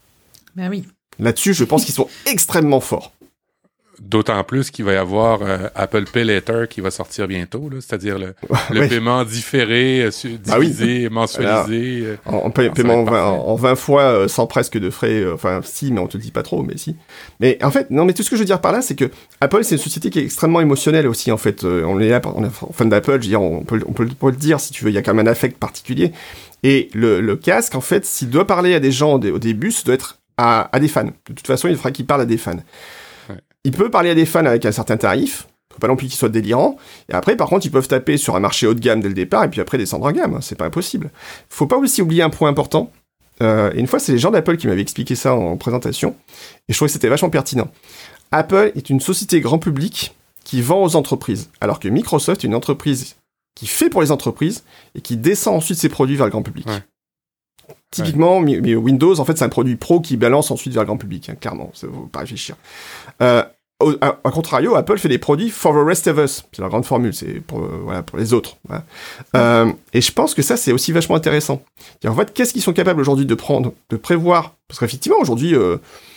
Ben oui. Là-dessus, je pense qu'ils sont extrêmement forts. D'autant plus qu'il va y avoir euh, Apple Pay Later qui va sortir bientôt, là, c'est-à-dire le, le oui. paiement différé, euh, divisé, ah oui. mensualisé. Alors, en, en paie, paiement en vingt, en vingt fois, euh, sans presque de frais, euh, enfin si, mais on te le dit pas trop, mais si. Mais en fait, non, mais tout ce que je veux dire par là, c'est que Apple, c'est une société qui est extrêmement émotionnelle aussi, en fait. Euh, on est là, on est fan d'Apple, je veux dire, on peut, on peut, on peut le dire, si tu veux, il y a quand même un affect particulier. Et le, le casque, en fait, s'il doit parler à des gens au, au début, ça doit être à, à des fans. De toute façon, il faudra qu'il parle à des fans. Il peut parler à des fans avec un certain tarif, faut pas non plus qu'il soit délirant, et après, par contre, ils peuvent taper sur un marché haut de gamme dès le départ, et puis après descendre en gamme, c'est pas impossible. Faut pas aussi oublier un point important, euh, et une fois, c'est les gens d'Apple qui m'avaient expliqué ça en présentation, et je trouvais que c'était vachement pertinent. Apple est une société grand public qui vend aux entreprises, alors que Microsoft est une entreprise qui fait pour les entreprises, et qui descend ensuite ses produits vers le grand public. Ouais. Typiquement, ouais. Windows, en fait, c'est un produit pro qui balance ensuite vers le grand public, hein, clairement, ça faut pas réfléchir. Euh, à, à contrario, Apple fait des produits for the rest of us, c'est leur grande formule, c'est pour, euh, voilà, pour les autres. Voilà. Euh, et je pense que ça, c'est aussi vachement intéressant. Et en fait, qu'est-ce qu'ils sont capables aujourd'hui de prendre, de prévoir? Parce qu'effectivement, aujourd'hui, euh,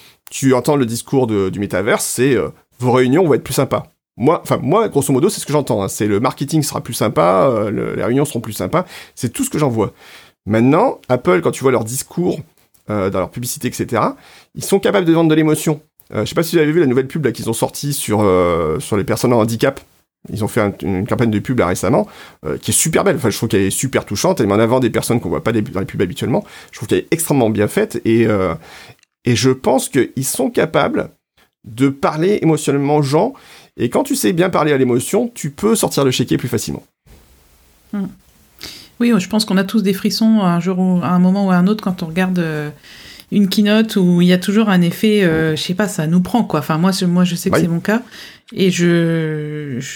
tu entends le discours de, du métaverse, c'est euh, vos réunions vont être plus sympas. Moi, enfin moi, grosso modo, c'est ce que j'entends. Hein, c'est le marketing sera plus sympa, euh, le, les réunions seront plus sympas. C'est tout ce que j'en vois. Maintenant, Apple, quand tu vois leur discours, euh, dans leur publicité, et cetera, ils sont capables de vendre de l'émotion. Euh, je sais pas si vous avez vu la nouvelle pub là qu'ils ont sortie sur euh, sur les personnes en handicap. Ils ont fait un, une campagne de pub là récemment, euh, qui est super belle. Enfin, je trouve qu'elle est super touchante. Elle met en avant des personnes qu'on voit pas dans les pubs habituellement. Je trouve qu'elle est extrêmement bien faite et euh, et je pense qu'ils sont capables de parler émotionnellement aux gens. Et quand tu sais bien parler à l'émotion, tu peux sortir le chéquier plus facilement. Mmh. Oui, je pense qu'on a tous des frissons un jour ou à un moment ou à un autre quand on regarde euh, une keynote où il y a toujours un effet, euh, je sais pas, ça nous prend quoi. Enfin moi, moi je sais que oui. C'est mon cas et je, je,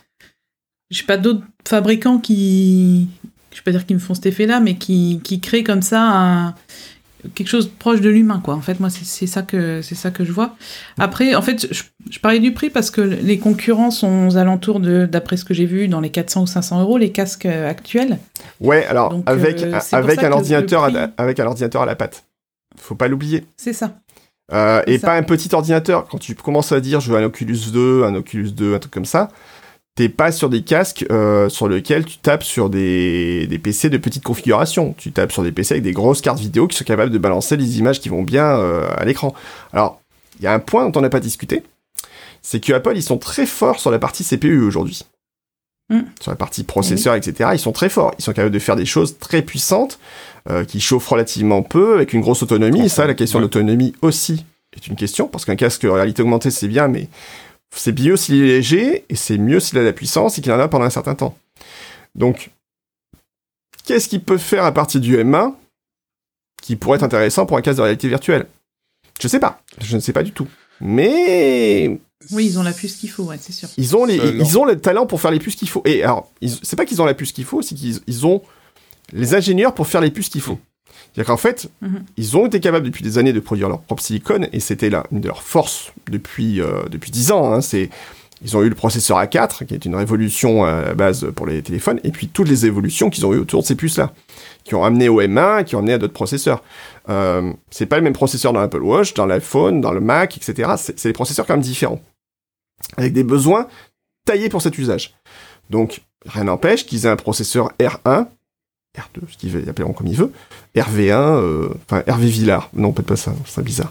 j'ai pas d'autres fabricants qui, je vais pas dire qui me font cet effet-là, mais qui qui créent comme ça un, quelque chose proche de l'humain, quoi. En fait, moi, c'est, c'est ça que c'est ça que je vois. Après, en fait, je, je parlais du prix parce que les concurrents sont aux alentours de, d'après ce que j'ai vu, dans les quatre cents ou cinq cents euros, les casques actuels. Ouais, alors Donc, avec euh, avec un ordinateur prix... à, avec un ordinateur à la patte. Faut pas l'oublier. C'est ça. Euh, c'est et ça. pas un petit ordinateur. Quand tu commences à dire je veux un Oculus deux, un Oculus deux, un truc comme ça, t'es pas sur des casques euh, sur lesquels tu tapes sur des, des P C de petite configuration. Tu tapes sur des P C avec des grosses cartes vidéo qui sont capables de balancer les images qui vont bien euh, à l'écran. Alors, il y a un point dont on n'a pas discuté, c'est que Apple, ils sont très forts sur la partie C P U aujourd'hui. Mm. Sur la partie processeur, mmh. et cetera, ils sont très forts. Ils sont capables de faire des choses très puissantes, euh, qui chauffent relativement peu, avec une grosse autonomie. Et ça, la question ouais. d'autonomie aussi est une question, parce qu'un casque réalité augmentée, c'est bien, mais c'est mieux s'il est léger, et c'est mieux s'il a de la puissance, et qu'il en a pendant un certain temps. Donc, qu'est-ce qu'il peut faire à partir du M un, qui pourrait être intéressant pour un casque de réalité virtuelle ? Je sais pas. Je ne sais pas du tout. Mais... Oui, ils ont la puce qu'il faut, ouais, c'est sûr. Ils ont, les, ils ont le talent pour faire les puces qu'il faut. Et alors, ils, c'est pas qu'ils ont la puce qu'il faut, c'est qu'ils ils ont les ingénieurs pour faire les puces qu'il faut. C'est-à-dire qu'en fait, mm-hmm. ils ont été capables depuis des années de produire leur propre silicone, et c'était là une de leurs forces depuis, euh, depuis dix ans. Hein, c'est, ils ont eu le processeur A quatre, qui est une révolution à la base pour les téléphones, et puis toutes les évolutions qu'ils ont eues autour de ces puces-là, qui ont amené au M un, qui ont amené à d'autres processeurs. Euh, c'est pas le même processeur dans l'Apple Watch, dans l'iPhone, dans le Mac, et cetera. C'est, c'est des processeurs quand même différents, avec des besoins taillés pour cet usage. Donc, rien n'empêche qu'ils aient un processeur R un, R deux, ce qu'ils appelleront comme ils veulent, R V un, euh, enfin R V Villard. Non, peut-être pas ça, c'est bizarre.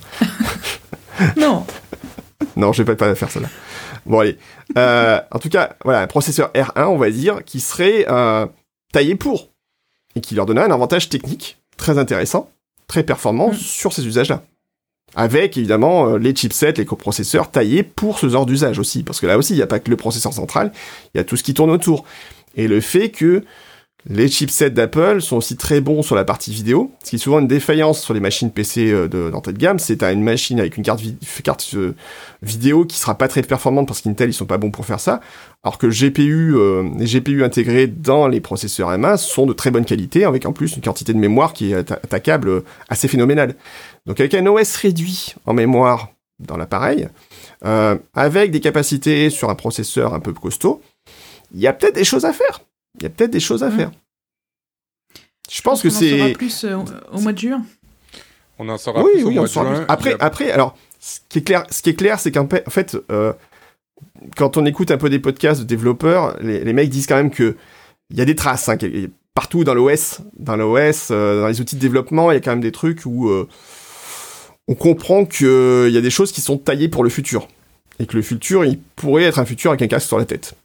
Non. Non, je vais pas la faire, celle-là. Bon, allez. Euh, en tout cas, voilà, un processeur R un, on va dire, qui serait euh, taillé pour, et qui leur donnerait un avantage technique très intéressant, très performant mmh. sur ces usages-là. Avec, évidemment, euh, les chipsets, les coprocesseurs taillés pour ce genre d'usage aussi. Parce que là aussi, il n'y a pas que le processeur central, il y a tout ce qui tourne autour. Et le fait que les chipsets d'Apple sont aussi très bons sur la partie vidéo, ce qui est souvent une défaillance sur les machines P C euh, de, d'entrée de gamme, c'est t'as une machine avec une carte, vi- carte euh, vidéo qui sera pas très performante parce qu'Intel, ils sont pas bons pour faire ça, alors que G P U, euh, les G P U intégrés dans les processeurs M un sont de très bonne qualité, avec en plus une quantité de mémoire qui est atta- attaquable euh, assez phénoménale. Donc avec un O S réduit en mémoire dans l'appareil, euh, avec des capacités sur un processeur un peu costaud, il y a peut-être des choses à faire. Il y a peut-être des choses à faire. Je, Je pense, pense que c'est... On en saura plus euh, au mois de juin. On en saura oui, plus oui, au on mois saura de juin. Plus. Après, a... après, alors, ce qui est clair, ce qui est clair, c'est qu'en fait, euh, quand on écoute un peu des podcasts de développeurs, les, les mecs disent quand même que il y a des traces, hein, partout dans l'O S, dans l'O S, euh, dans les outils de développement, il y a quand même des trucs où euh, on comprend qu'il euh, y a des choses qui sont taillées pour le futur. Et que le futur, il pourrait être un futur avec un casque sur la tête.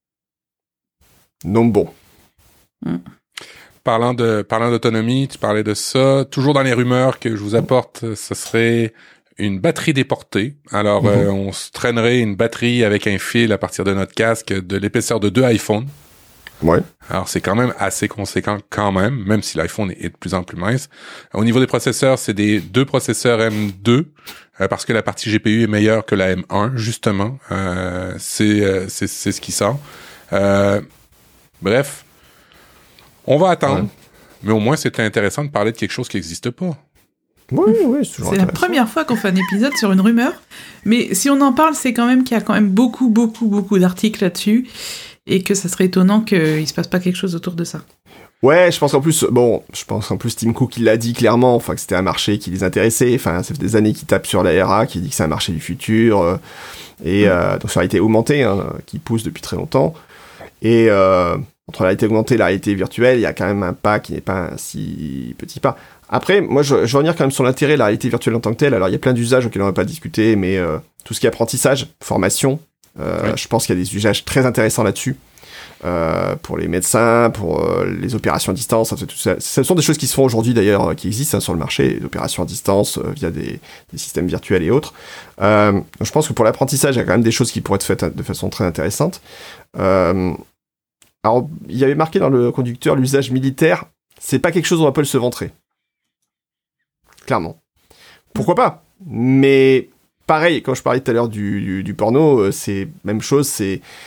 Donc bon. Mm. Parlant de parlant d'autonomie, tu parlais de ça. Toujours dans les rumeurs que je vous apporte, ce serait une batterie déportée. Alors, mm-hmm. euh, on se traînerait une batterie avec un fil à partir de notre casque de l'épaisseur de deux iPhones. Ouais. Alors, c'est quand même assez conséquent quand même, même si l'iPhone est de plus en plus mince. Au niveau des processeurs, c'est des deux processeurs M deux, euh, parce que la partie G P U est meilleure que la M un, justement. Euh, c'est, euh, c'est, c'est ce qui sort. Euh, bref, on va attendre. Ouais. Mais au moins, c'était intéressant de parler de quelque chose qui n'existe pas. Oui, oui, c'est toujours C'est la première fois qu'on fait un épisode sur une rumeur. Mais si on en parle, c'est quand même qu'il y a quand même beaucoup, beaucoup, beaucoup d'articles là-dessus. Et que ça serait étonnant qu'il se passe pas quelque chose autour de ça. Ouais, je pense qu'en plus, bon, je pense qu'en plus Tim Cook, il l'a dit clairement, enfin, que c'était un marché qui les intéressait, enfin, ça fait des années qu'il tape sur la R A, qui dit que c'est un marché du futur, euh, et, mmh. euh, donc, sur la réalité augmentée, hein, qui pousse depuis très longtemps. Et, euh, entre la réalité augmentée et la réalité virtuelle, il y a quand même un pas qui n'est pas un si petit pas. Après, moi, je, je veux revenir quand même sur l'intérêt de la réalité virtuelle en tant que telle. Alors, il y a plein d'usages auxquels on va pas discuter, mais, euh, tout ce qui est apprentissage, formation, Euh, oui. Je pense qu'il y a des usages très intéressants là-dessus, euh, pour les médecins, pour euh, les opérations à distance. Tout ça. Ce sont des choses qui se font aujourd'hui d'ailleurs, qui existent hein, sur le marché, les opérations à distance euh, via des, des systèmes virtuels et autres. Euh, je pense que pour l'apprentissage, il y a quand même des choses qui pourraient être faites de façon très intéressante. Euh, alors, il y avait marqué dans le conducteur l'usage militaire. C'est pas quelque chose dont Apple se vanterait. Clairement. Pourquoi pas ? Mais pareil, quand je parlais tout à l'heure du, du, du porno, euh, c'est même chose, c'est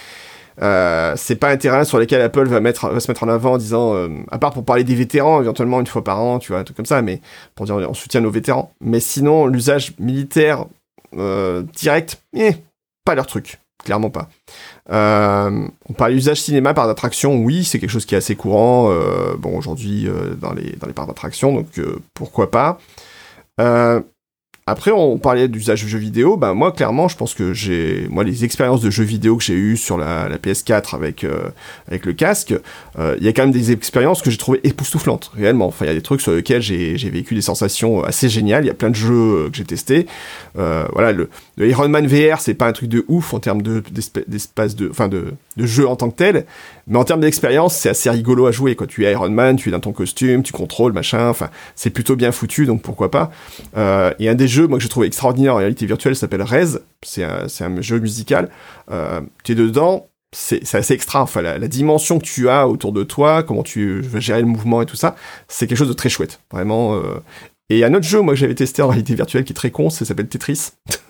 Euh, c'est pas un terrain sur lequel Apple va mettre, va se mettre en avant en disant, euh, à part pour parler des vétérans, éventuellement une fois par an, tu vois, un truc comme ça, mais pour dire on soutient nos vétérans. Mais sinon, l'usage militaire euh, direct, eh, pas leur truc, clairement pas. Euh, on parle d'usage cinéma par d'attraction, oui, c'est quelque chose qui est assez courant, euh, bon aujourd'hui euh, dans les dans les parcs d'attraction, donc euh, pourquoi pas. Euh, Après, on parlait d'usage de jeux vidéo. Ben moi, clairement, je pense que j'ai, moi, les expériences de jeux vidéo que j'ai eues sur la, la P S quatre avec euh, avec le casque, il euh, y a quand même des expériences que j'ai trouvées époustouflantes, réellement. Enfin, il y a des trucs sur lesquels j'ai j'ai vécu des sensations assez géniales. Il y a plein de jeux que j'ai testés. Euh, voilà, le, le Iron Man V R, c'est pas un truc de ouf en termes de d'espace de, enfin de de jeu en tant que tel, mais en termes d'expérience, c'est assez rigolo à jouer. Quand tu es Iron Man, tu es dans ton costume, tu contrôles, machin. Enfin, c'est plutôt bien foutu, donc pourquoi pas. Euh, et un des jeux, moi, que j'ai trouvé extraordinaire en réalité virtuelle, s'appelle Rez. C'est un, c'est un jeu musical. Euh, tu es dedans, c'est, c'est assez extra. Enfin, la, la dimension que tu as autour de toi, comment tu vas gérer le mouvement et tout ça, c'est quelque chose de très chouette. Vraiment. Euh... Et il y a un autre jeu, moi, que j'avais testé en réalité virtuelle qui est très con, ça s'appelle Tetris.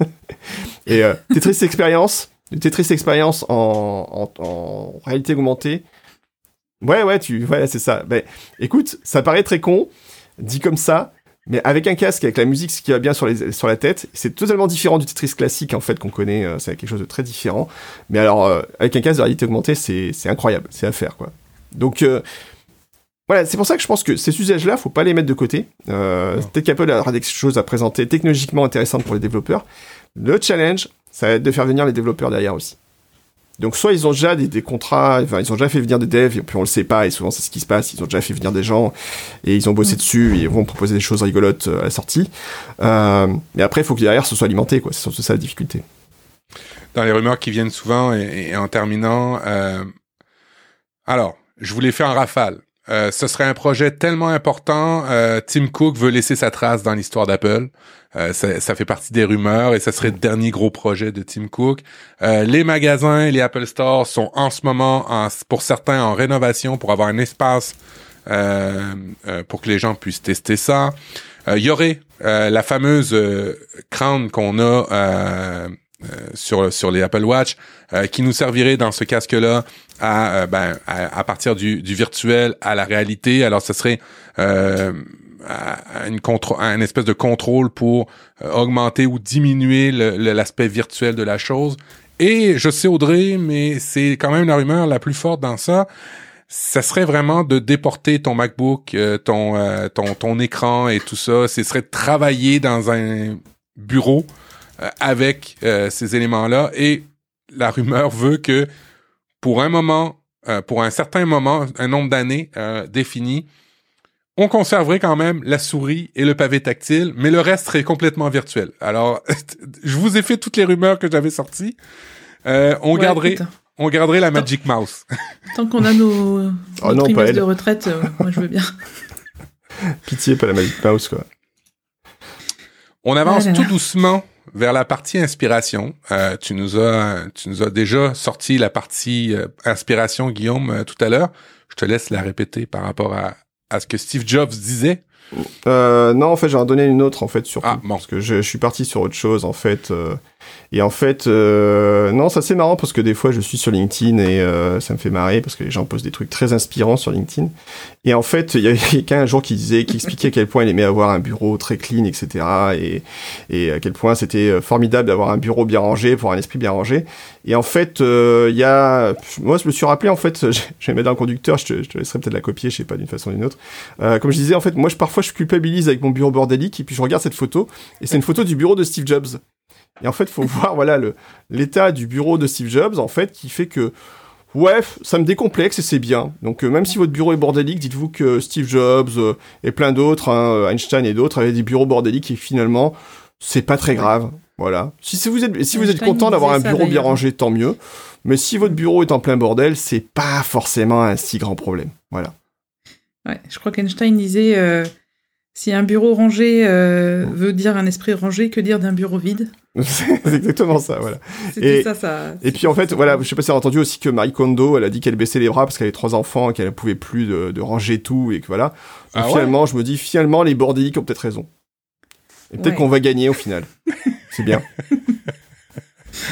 et euh, Tetris Experience. Tetris Experience en, en, en réalité augmentée. Ouais, ouais, tu, voilà, c'est ça. Ben, écoute, ça paraît très con, dit comme ça, mais avec un casque, avec la musique, ce qui va bien sur, les, sur la tête, c'est totalement différent du Tetris classique, en fait, qu'on connaît, euh, c'est quelque chose de très différent. Mais alors, euh, avec un casque de réalité augmentée, c'est, c'est incroyable, c'est à faire, quoi. Donc, euh, voilà, c'est pour ça que je pense que ces usages-là, faut pas les mettre de côté. Euh, peut-être qu'Apple aura des choses à présenter technologiquement intéressantes pour les développeurs. Le challenge, ça va être de faire venir les développeurs derrière aussi. Donc soit ils ont déjà des, des contrats, enfin ils ont déjà fait venir des devs, et puis on le sait pas, et souvent c'est ce qui se passe, ils ont déjà fait venir des gens, et ils ont bossé mmh. dessus, et ils vont proposer des choses rigolotes à la sortie. Euh, mais après, il faut que derrière, ce soit alimenté, quoi. C'est surtout ça la difficulté. Dans les rumeurs qui viennent souvent, et, et en terminant, euh... alors, je voulais faire un rafale. Euh, ce serait un projet tellement important, euh, Tim Cook veut laisser sa trace dans l'histoire d'Apple. Euh, ça, ça fait partie des rumeurs et ça serait le dernier gros projet de Tim Cook. Euh, les magasins, les Apple Store sont en ce moment, en, pour certains, en rénovation pour avoir un espace euh, euh, pour que les gens puissent tester ça. Il euh, y aurait euh, la fameuse euh, crown qu'on a euh, euh, sur sur les Apple Watch euh, qui nous servirait dans ce casque-là à euh, ben à, à partir du, du virtuel à la réalité. Alors ce serait euh, à une contr- à une espèce de contrôle pour euh, augmenter ou diminuer le, le, l'aspect virtuel de la chose. Et je sais Audrey, mais c'est quand même la rumeur la plus forte dans ça. Ça serait vraiment de déporter ton MacBook, euh, ton euh, ton ton écran et tout ça. Ce serait de travailler dans un bureau euh, avec euh, ces éléments-là. Et la rumeur veut que pour un moment, euh, pour un certain moment, un nombre d'années euh, défini, on conserverait quand même la souris et le pavé tactile, mais le reste serait complètement virtuel. Alors, je vous ai fait toutes les rumeurs que j'avais sorties. Euh, on ouais, garderait, putain. on garderait la Magic Tant... Mouse. Tant qu'on a nos, nos oh non, trimestres de retraite, euh, moi je veux bien. Pitié, pas la Magic Mouse, quoi. On avance ah tout doucement vers la partie inspiration. Euh, tu nous as, tu nous as déjà sorti la partie euh, inspiration, Guillaume, euh, tout à l'heure. Je te laisse la répéter par rapport à à ce que Steve Jobs disait. Euh, non, en fait, j'en ai donné une autre, en fait, surtout. Ah, bon. Parce que je, je suis parti sur autre chose, en fait. Euh, et en fait, euh, non, ça c'est marrant parce que des fois, je suis sur LinkedIn et euh, ça me fait marrer parce que les gens posent des trucs très inspirants sur LinkedIn. Et en fait, il y avait quelqu'un un jour qui disait, qui expliquait à quel point il aimait avoir un bureau très clean, et cetera. Et, et à quel point c'était formidable d'avoir un bureau bien rangé, pour un esprit bien rangé. Et en fait, il euh, y a... Moi, je me suis rappelé, en fait, je, je vais mettre dans le conducteur, je te, je te laisserai peut-être la copier, je sais pas, d'une façon ou d'une autre. Euh, comme je disais, en fait, moi, je, parfois, je culpabilise avec mon bureau bordélique, et puis je regarde cette photo, et c'est une photo du bureau de Steve Jobs. Et en fait, faut voir, voilà, le, l'état du bureau de Steve Jobs, en fait, qui fait que, ouais, ça me décomplexe et c'est bien. Donc, euh, même si votre bureau est bordélique, dites-vous que Steve Jobs euh, et plein d'autres, hein, Einstein et d'autres, avaient des bureaux bordéliques et finalement, c'est pas très grave. Voilà. Si, si vous êtes, si vous êtes content d'avoir un bureau ça, bien rangé, tant mieux. Mais si votre bureau est en plein bordel, c'est pas forcément un si grand problème. Voilà. Ouais, je crois qu'Einstein disait, euh, si un bureau rangé euh, veut dire un esprit rangé, que dire d'un bureau vide? C'est exactement ça, voilà. C'était et, ça, ça. Et puis en fait, voilà, je sais pas si vous avez entendu aussi que Marie Kondo, elle a dit qu'elle baissait les bras parce qu'elle avait trois enfants et qu'elle ne pouvait plus de, de ranger tout et que voilà. Donc, ah finalement, ouais je me dis, finalement, les bordéliques ont peut-être raison. Et peut-être ouais. qu'on va gagner au final. C'est bien.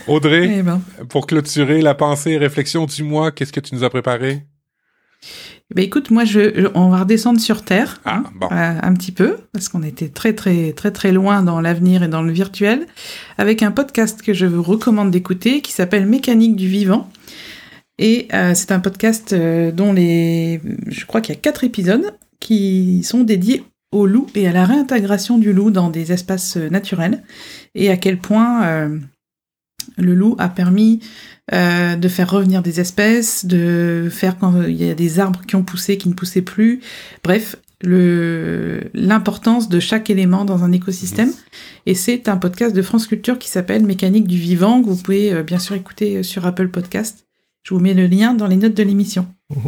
Audrey, Eh ben. pour clôturer la pensée et réflexion du mois, qu'est-ce que tu nous as préparé? Ben écoute, moi, je, je- on va redescendre sur Terre, Ah, hein, bon. euh, un petit peu, parce qu'on était très, très, très, très loin dans l'avenir et dans le virtuel, avec un podcast que je vous recommande d'écouter, qui s'appelle Mécanique du vivant. Et euh, c'est un podcast euh, dont les, je crois qu'il y a quatre épisodes qui sont dédiés au loup et à la réintégration du loup dans des espaces euh, naturels, et à quel point euh, le loup a permis euh, de faire revenir des espèces, de faire quand il y a des arbres qui ont poussé, qui ne poussaient plus. Bref, le, l'importance de chaque élément dans un écosystème. Et c'est un podcast de France Culture qui s'appelle Mécanique du vivant, que vous pouvez euh, bien sûr écouter euh, sur Apple Podcast. Je vous mets le lien dans les notes de l'émission.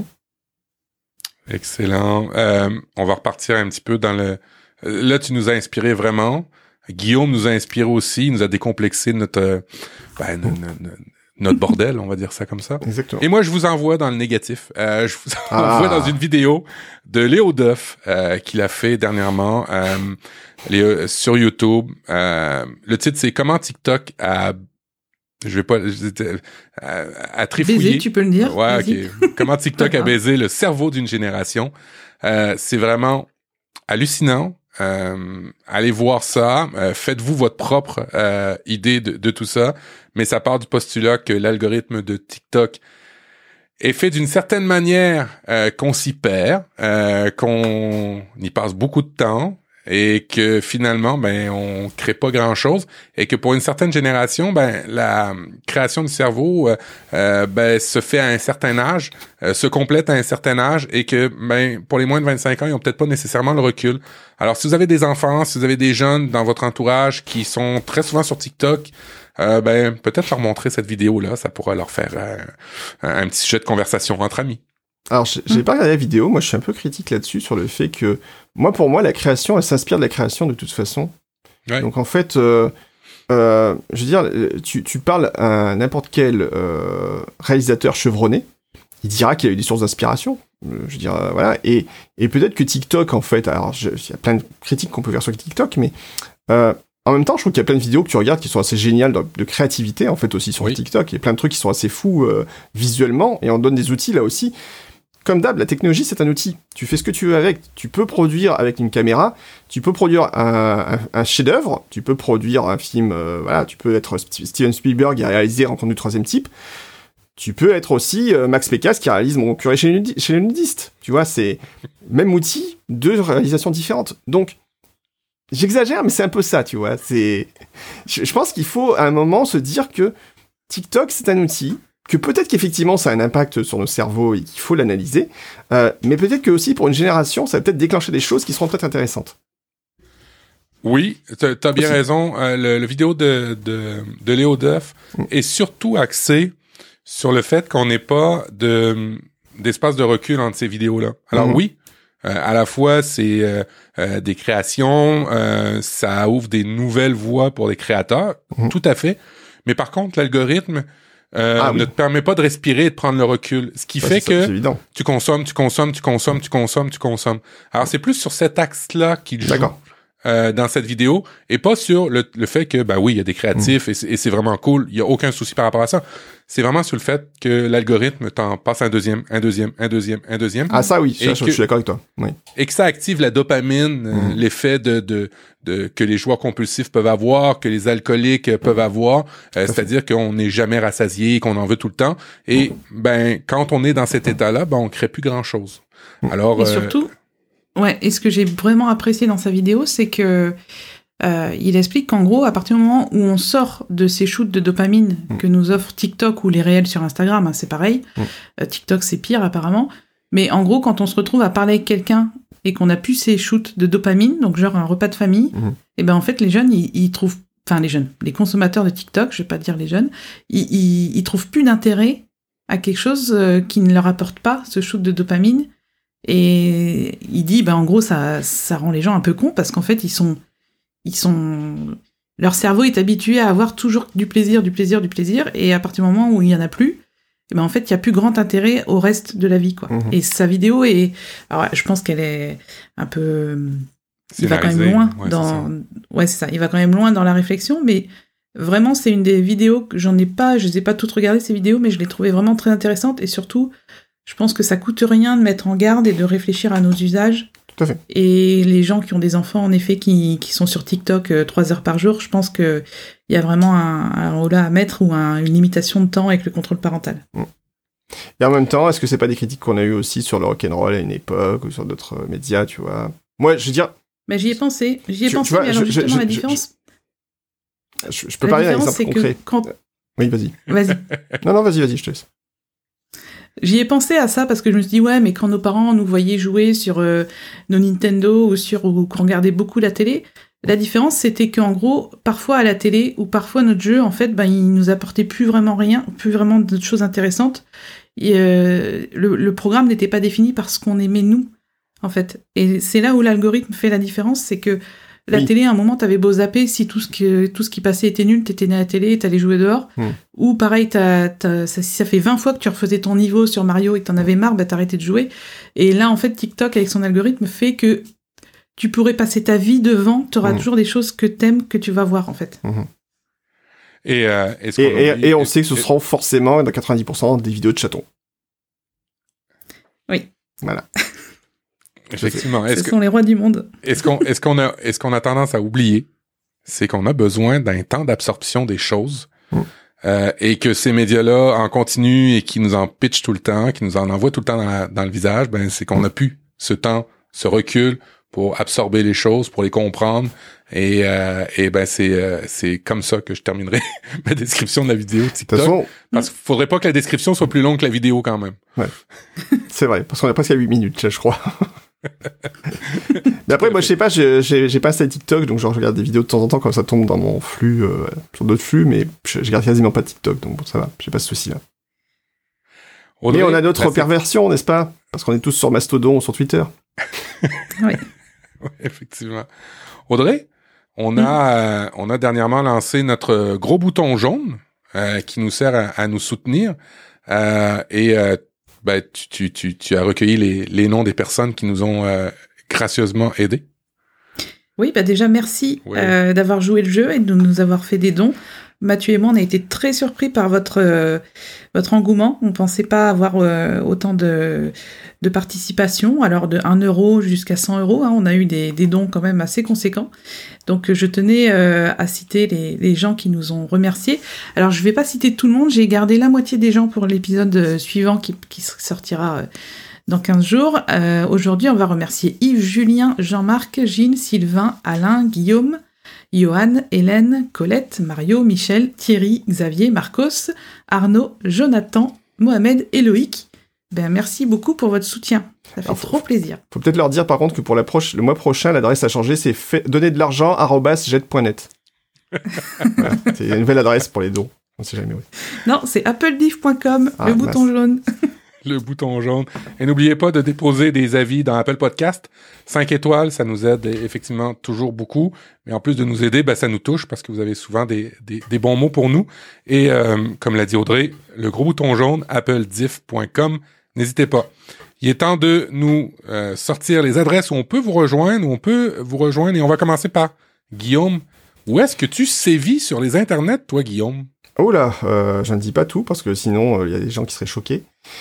Excellent. Euh, on va repartir un petit peu dans le... Là, tu nous as inspiré vraiment. Guillaume nous a inspiré aussi. Il nous a décomplexé notre... euh, Ben, no- no- no- notre bordel, on va dire ça comme ça. Exactement. Et moi, je vous envoie dans le négatif. Euh, je vous Ah. envoie dans une vidéo de Léo Duff euh, qu'il a fait dernièrement euh, Léo- sur YouTube. Euh, le titre, c'est « Comment TikTok a... » Je vais pas... A, a trifouillé. Baiser, tu peux le dire. Ouais, Vas-y. ok. Comment TikTok Pas a grave. baisé le cerveau d'une génération. Euh, c'est vraiment hallucinant. Euh, allez voir ça. Euh, faites-vous votre propre euh, idée de, de tout ça. Mais ça part du postulat que l'algorithme de TikTok est fait d'une certaine manière euh, qu'on s'y perd, euh, qu'on y passe beaucoup de temps et que finalement, ben, on crée pas grand-chose et que pour une certaine génération, ben, la création du cerveau, euh, euh, ben, se fait à un certain âge, euh, se complète à un certain âge et que, ben, pour les moins de vingt-cinq ans, ils ont peut-être pas nécessairement le recul. Alors, si vous avez des enfants, si vous avez des jeunes dans votre entourage qui sont très souvent sur TikTok, euh, ben, peut-être leur montrer cette vidéo-là, ça pourra leur faire euh, un, un petit sujet de conversation entre amis. Alors, j'ai j'ai pas regardé la vidéo, moi je suis un peu critique là-dessus, sur le fait que, moi pour moi, la création, elle s'inspire de la création de toute façon. Ouais. Donc en fait, euh, euh, je veux dire, tu, tu parles à n'importe quel euh, réalisateur chevronné, il dira qu'il a eu des sources d'inspiration. Euh, je veux dire, euh, voilà, et, et peut-être que TikTok, en fait, alors je- il y a plein de critiques qu'on peut faire sur TikTok, mais euh, en même temps, je trouve qu'il y a plein de vidéos que tu regardes qui sont assez géniales de, de créativité, en fait, aussi sur Oui. TikTok. Il y a plein de trucs qui sont assez fous euh, visuellement, et on donne des outils là aussi. Comme d'hab, la technologie, c'est un outil. Tu fais ce que tu veux avec. Tu peux produire avec une caméra, tu peux produire un, un, un chef-d'œuvre, tu peux produire un film, euh, voilà, tu peux être St- Steven Spielberg qui a réalisé Rencontre du troisième type. Tu peux être aussi euh, Max Pécasse qui réalise Mon curé chez les, nudi- chez les nudistes. Tu vois, c'est même outil, deux réalisations différentes. Donc, j'exagère, mais c'est un peu ça, tu vois. C'est, je, je pense qu'il faut à un moment se dire que TikTok, c'est un outil, que peut-être qu'effectivement ça a un impact sur nos cerveaux et qu'il faut l'analyser, euh, mais peut-être que aussi pour une génération, ça va peut-être déclencher des choses qui seront peut-être intéressantes. Oui, t'as, t'as bien Aussi. raison. Euh, le, le vidéo de, de, de Léo Duff Mm. est surtout axé sur le fait qu'on n'ait pas de, d'espace de recul entre ces vidéos-là. Alors Mhm. oui, euh, à la fois c'est euh, euh, des créations, euh, ça ouvre des nouvelles voies pour les créateurs, Mhm. tout à fait. Mais par contre, l'algorithme euh, Ah oui. ne te permet pas de respirer et de prendre le recul. Ce qui Ouais, fait c'est ça, que c'est évident. tu consommes, tu consommes, tu consommes, tu consommes, tu consommes. Alors c'est plus sur cet axe-là qu'il joue. D'accord. Euh, dans cette vidéo et pas sur le, le fait que bah oui il y a des créatifs Mmh. et, c'est, et c'est vraiment cool, il y a aucun souci par rapport à ça. C'est vraiment sur le fait que l'algorithme t'en passe un deuxième, un deuxième, un deuxième, un deuxième Ah ça oui, Et ça, je, que- je suis d'accord avec toi. Oui. et que ça active la dopamine, euh, Mmh. l'effet de, de de que les joueurs compulsifs peuvent avoir, que les alcooliques euh, peuvent avoir, euh, c'est-à-dire qu'on n'est jamais rassasié, qu'on en veut tout le temps et ben quand on est dans cet état-là, ben on crée plus grand-chose. Alors Et euh, surtout, ouais, et ce que j'ai vraiment apprécié dans sa vidéo, c'est que euh, il explique qu'en gros, à partir du moment où on sort de ces shoots de dopamine Mm. que nous offre TikTok ou les réels sur Instagram, hein, c'est pareil. Mm. Euh, TikTok, c'est pire apparemment. Mais en gros, quand on se retrouve à parler avec quelqu'un et qu'on a plus ces shoots de dopamine, donc genre un repas de famille, Mm. et ben en fait, les jeunes, ils, ils trouvent, enfin les jeunes, les consommateurs de TikTok, je vais pas dire les jeunes, ils, ils, ils trouvent plus d'intérêt à quelque chose euh, qui ne leur apporte pas ce shoot de dopamine. Et il dit, ben en gros, ça, ça rend les gens un peu cons parce qu'en fait, ils sont, ils sont, leur cerveau est habitué à avoir toujours du plaisir, du plaisir, du plaisir, et à partir du moment où il y en a plus, et ben en fait, il y a plus grand intérêt au reste de la vie, quoi. Mhm. Et sa vidéo est, alors je pense qu'elle est un peu, il va quand même scénarisé, loin ouais, c'est dans, ouais c'est ça, il va quand même loin dans la réflexion, mais Vraiment, c'est une des vidéos que j'en ai pas, je les ai pas toutes regardées ces vidéos, mais je les trouvais vraiment très intéressantes et surtout, je pense que ça coûte rien de mettre en garde et de réfléchir à nos usages. Tout à fait. Et les gens qui ont des enfants, en effet, qui, qui sont sur TikTok euh, trois heures par jour, je pense qu'il y a vraiment un, un holà à mettre ou un, une limitation de temps avec le contrôle parental. Mmh. Et en même temps, est-ce que c'est pas des critiques qu'on a eues aussi sur le rock'n'roll à une époque ou sur d'autres médias, tu vois? Moi, je veux dire... Mais j'y ai pensé, j'y ai tu, pensé, tu vois, mais alors je, justement, je, la je, différence... Je, je, je peux la parler d'un différence, exemple c'est concret. Que quand... Oui, vas-y. Vas-y. non, non, vas-y, vas-y, je te laisse. J'y ai pensé à ça parce que je me suis dit, ouais, mais quand nos parents nous voyaient jouer sur euh, nos Nintendo ou sur ou qu'on regardait beaucoup la télé, la différence, c'était qu'en gros, parfois à la télé ou parfois notre jeu, en fait, ben, il nous apportait plus vraiment rien, plus vraiment d'autres choses intéressantes. Et, euh, le, le programme n'était pas défini par ce qu'on aimait nous, en fait. Et c'est là où l'algorithme fait la différence, c'est que la oui. télé, à un moment, t'avais beau zapper, si tout ce, que, tout ce qui passait était nul, t'étais né à la télé, t'allais jouer dehors. Mm. Ou pareil, t'as, t'as, ça, si ça fait vingt fois que tu refaisais ton niveau sur Mario et que t'en avais marre, bah t'arrêtais de jouer. Et là, en fait, TikTok, avec son algorithme, fait que tu pourrais passer ta vie devant, t'auras mm. toujours des choses que t'aimes, que tu vas voir, en fait. Mm-hmm. Et, euh, et, et, dit, et on et, sait que ce et... seront forcément, dans quatre-vingt-dix pour cent, des vidéos de chatons. Oui. Voilà. Effectivement. Est-ce Ce que, sont les rois du monde. Est-ce qu'on, est-ce qu'on a, est-ce qu'on a tendance à oublier, c'est qu'on a besoin d'un temps d'absorption des choses, mm. euh, et que ces médias-là en continuent et qui nous en pitchent tout le temps, qui nous en envoient tout le temps dans, la, dans le visage, ben c'est qu'on a plus ce temps, ce recul pour absorber les choses, pour les comprendre, et, euh, et ben c'est, euh, c'est comme ça que je terminerai ma description de la vidéo TikTok. Façon, parce qu'il faudrait pas que la description soit plus longue que la vidéo quand même. Ouais. C'est vrai, parce qu'on est presque à huit minutes, là, je crois. Mais après, moi, je sais pas, j'ai, j'ai, j'ai pas assez TikTok, donc genre, je regarde des vidéos de temps en temps quand ça tombe dans mon flux, euh, sur d'autres flux, mais je, je regarde quasiment pas TikTok, donc bon, ça va, j'ai pas ce souci-là. Audrey, mais on a notre perversion, n'est-ce pas? Parce qu'on est tous sur Mastodon ou sur Twitter. Oui. Oui, effectivement. Audrey, on mmh. a, euh, on a dernièrement lancé notre gros bouton jaune, euh, qui nous sert à, à nous soutenir, euh, et, euh, ben, tu, tu, tu, tu as recueilli les, les noms des personnes qui nous ont euh, gracieusement aidés. Oui, bah déjà, merci oui. euh, d'avoir joué le jeu et de nous avoir fait des dons. Mathieu et moi, on a été très surpris par votre, euh, votre engouement. On ne pensait pas avoir euh, autant de, de participation, alors de un euro jusqu'à cent euros. Hein, on a eu des, des dons quand même assez conséquents. Donc, je tenais euh, à citer les, les gens qui nous ont remerciés. Alors, je ne vais pas citer tout le monde. J'ai gardé la moitié des gens pour l'épisode suivant qui, qui sortira euh, dans quinze jours. Euh, aujourd'hui, on va remercier Yves, Julien, Jean-Marc, Gilles, Sylvain, Alain, Guillaume, Johan, Hélène, Colette, Mario, Michel, Thierry, Xavier, Marcos, Arnaud, Jonathan, Mohamed et Loïc. Ben, merci beaucoup pour votre soutien. Ça fait Alors, trop faut, plaisir. Faut peut-être leur dire par contre que pour la proche, le mois prochain, l'adresse a changé, c'est fait, donner de l'argent arobase jet point net. Voilà, c'est une nouvelle adresse pour les dons. On sait jamais. Oui. Non, c'est applediff point com, ah, le bouton jaune. Le bouton jaune. Et n'oubliez pas de déposer des avis dans Apple Podcast. Cinq étoiles, ça nous aide effectivement toujours beaucoup. Mais en plus de nous aider, ben, ça nous touche parce que vous avez souvent des, des, des bons mots pour nous. Et euh, comme l'a dit Audrey, le gros bouton jaune, applediff point com. N'hésitez pas. Il est temps de nous euh, sortir les adresses où on peut vous rejoindre, où on peut vous rejoindre. Et on va commencer par Guillaume. Où est-ce que tu sévis sur les internets, toi, Guillaume? Oh là, euh, je ne dis pas tout parce que sinon il euh, y a des gens qui seraient choqués.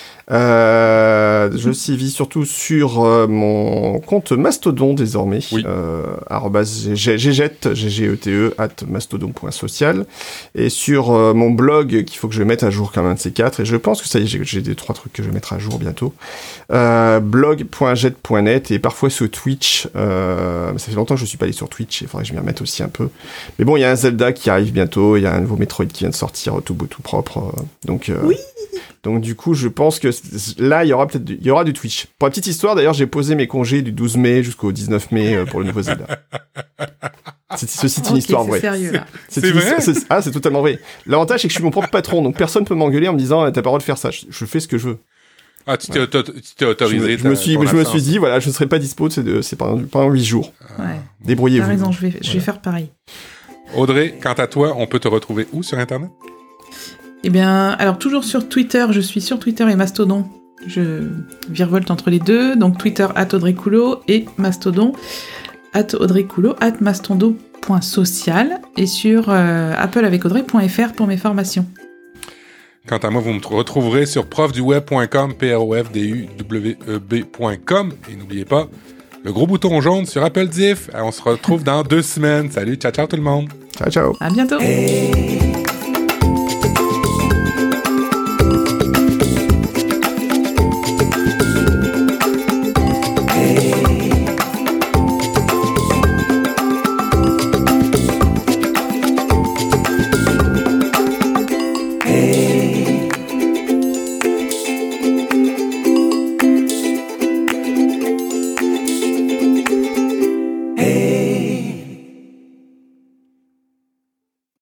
Euh, je sévis surtout sur euh, mon compte Mastodon désormais, oui. euh, arobase ggete, g g e t e, at mastodon point social, et sur euh, mon blog qu'il faut que je mette à jour comme un de ces quatre, et je pense que ça y est, j'ai, j'ai des trois trucs que je vais mettre à jour bientôt, euh, blog point jet point net, et parfois sur Twitch, euh, ça fait longtemps que je suis pas allé sur Twitch, il faudrait que je m'y remette aussi un peu, mais bon, il y a un Zelda qui arrive bientôt, il y a un nouveau Metroid qui vient de sortir, tout beau, tout propre, euh, donc... Euh, oui. Donc du coup, je pense que là, il y aura peut-être du, il y aura du Twitch. Pour la petite histoire, d'ailleurs, j'ai posé mes congés du douze mai jusqu'au dix-neuf mai euh, pour le nouveau Zelda. C'est, ceci est une okay, histoire c'est vraie. Sérieux, là. C'est, c'est une vrai histoire, c'est, ah, c'est totalement vrai. L'avantage, c'est que je suis mon propre patron, donc personne peut m'engueuler en me disant, t'as pas le droit de faire ça. Je, je fais ce que je veux. Ah, tu t'es, ouais. auto- tu t'es autorisé. Je me, je me suis, je me suis dit, voilà, je serai pas dispo, c'est, de, c'est pendant, pendant huit jours. Ouais. Débrouillez-vous. T'as raison, je vais, je voilà. vais faire pareil. Audrey, quant à toi, on peut te retrouver où sur Internet? Eh bien, alors toujours sur Twitter, je suis sur Twitter et Mastodon. Je virevolte entre les deux, donc Twitter at Audrey Coulot et Mastodon at audreycoulot, at mastondo.social et sur euh, apple avec audrey point f r pour mes formations. Quant à moi, vous me retrouverez sur prof du web point com, p r o f d u w e b point com. Et n'oubliez pas, le gros bouton jaune sur Apple Diff. On se retrouve dans deux semaines. Salut, ciao, ciao tout le monde. Ciao, ciao. À bientôt. Hey.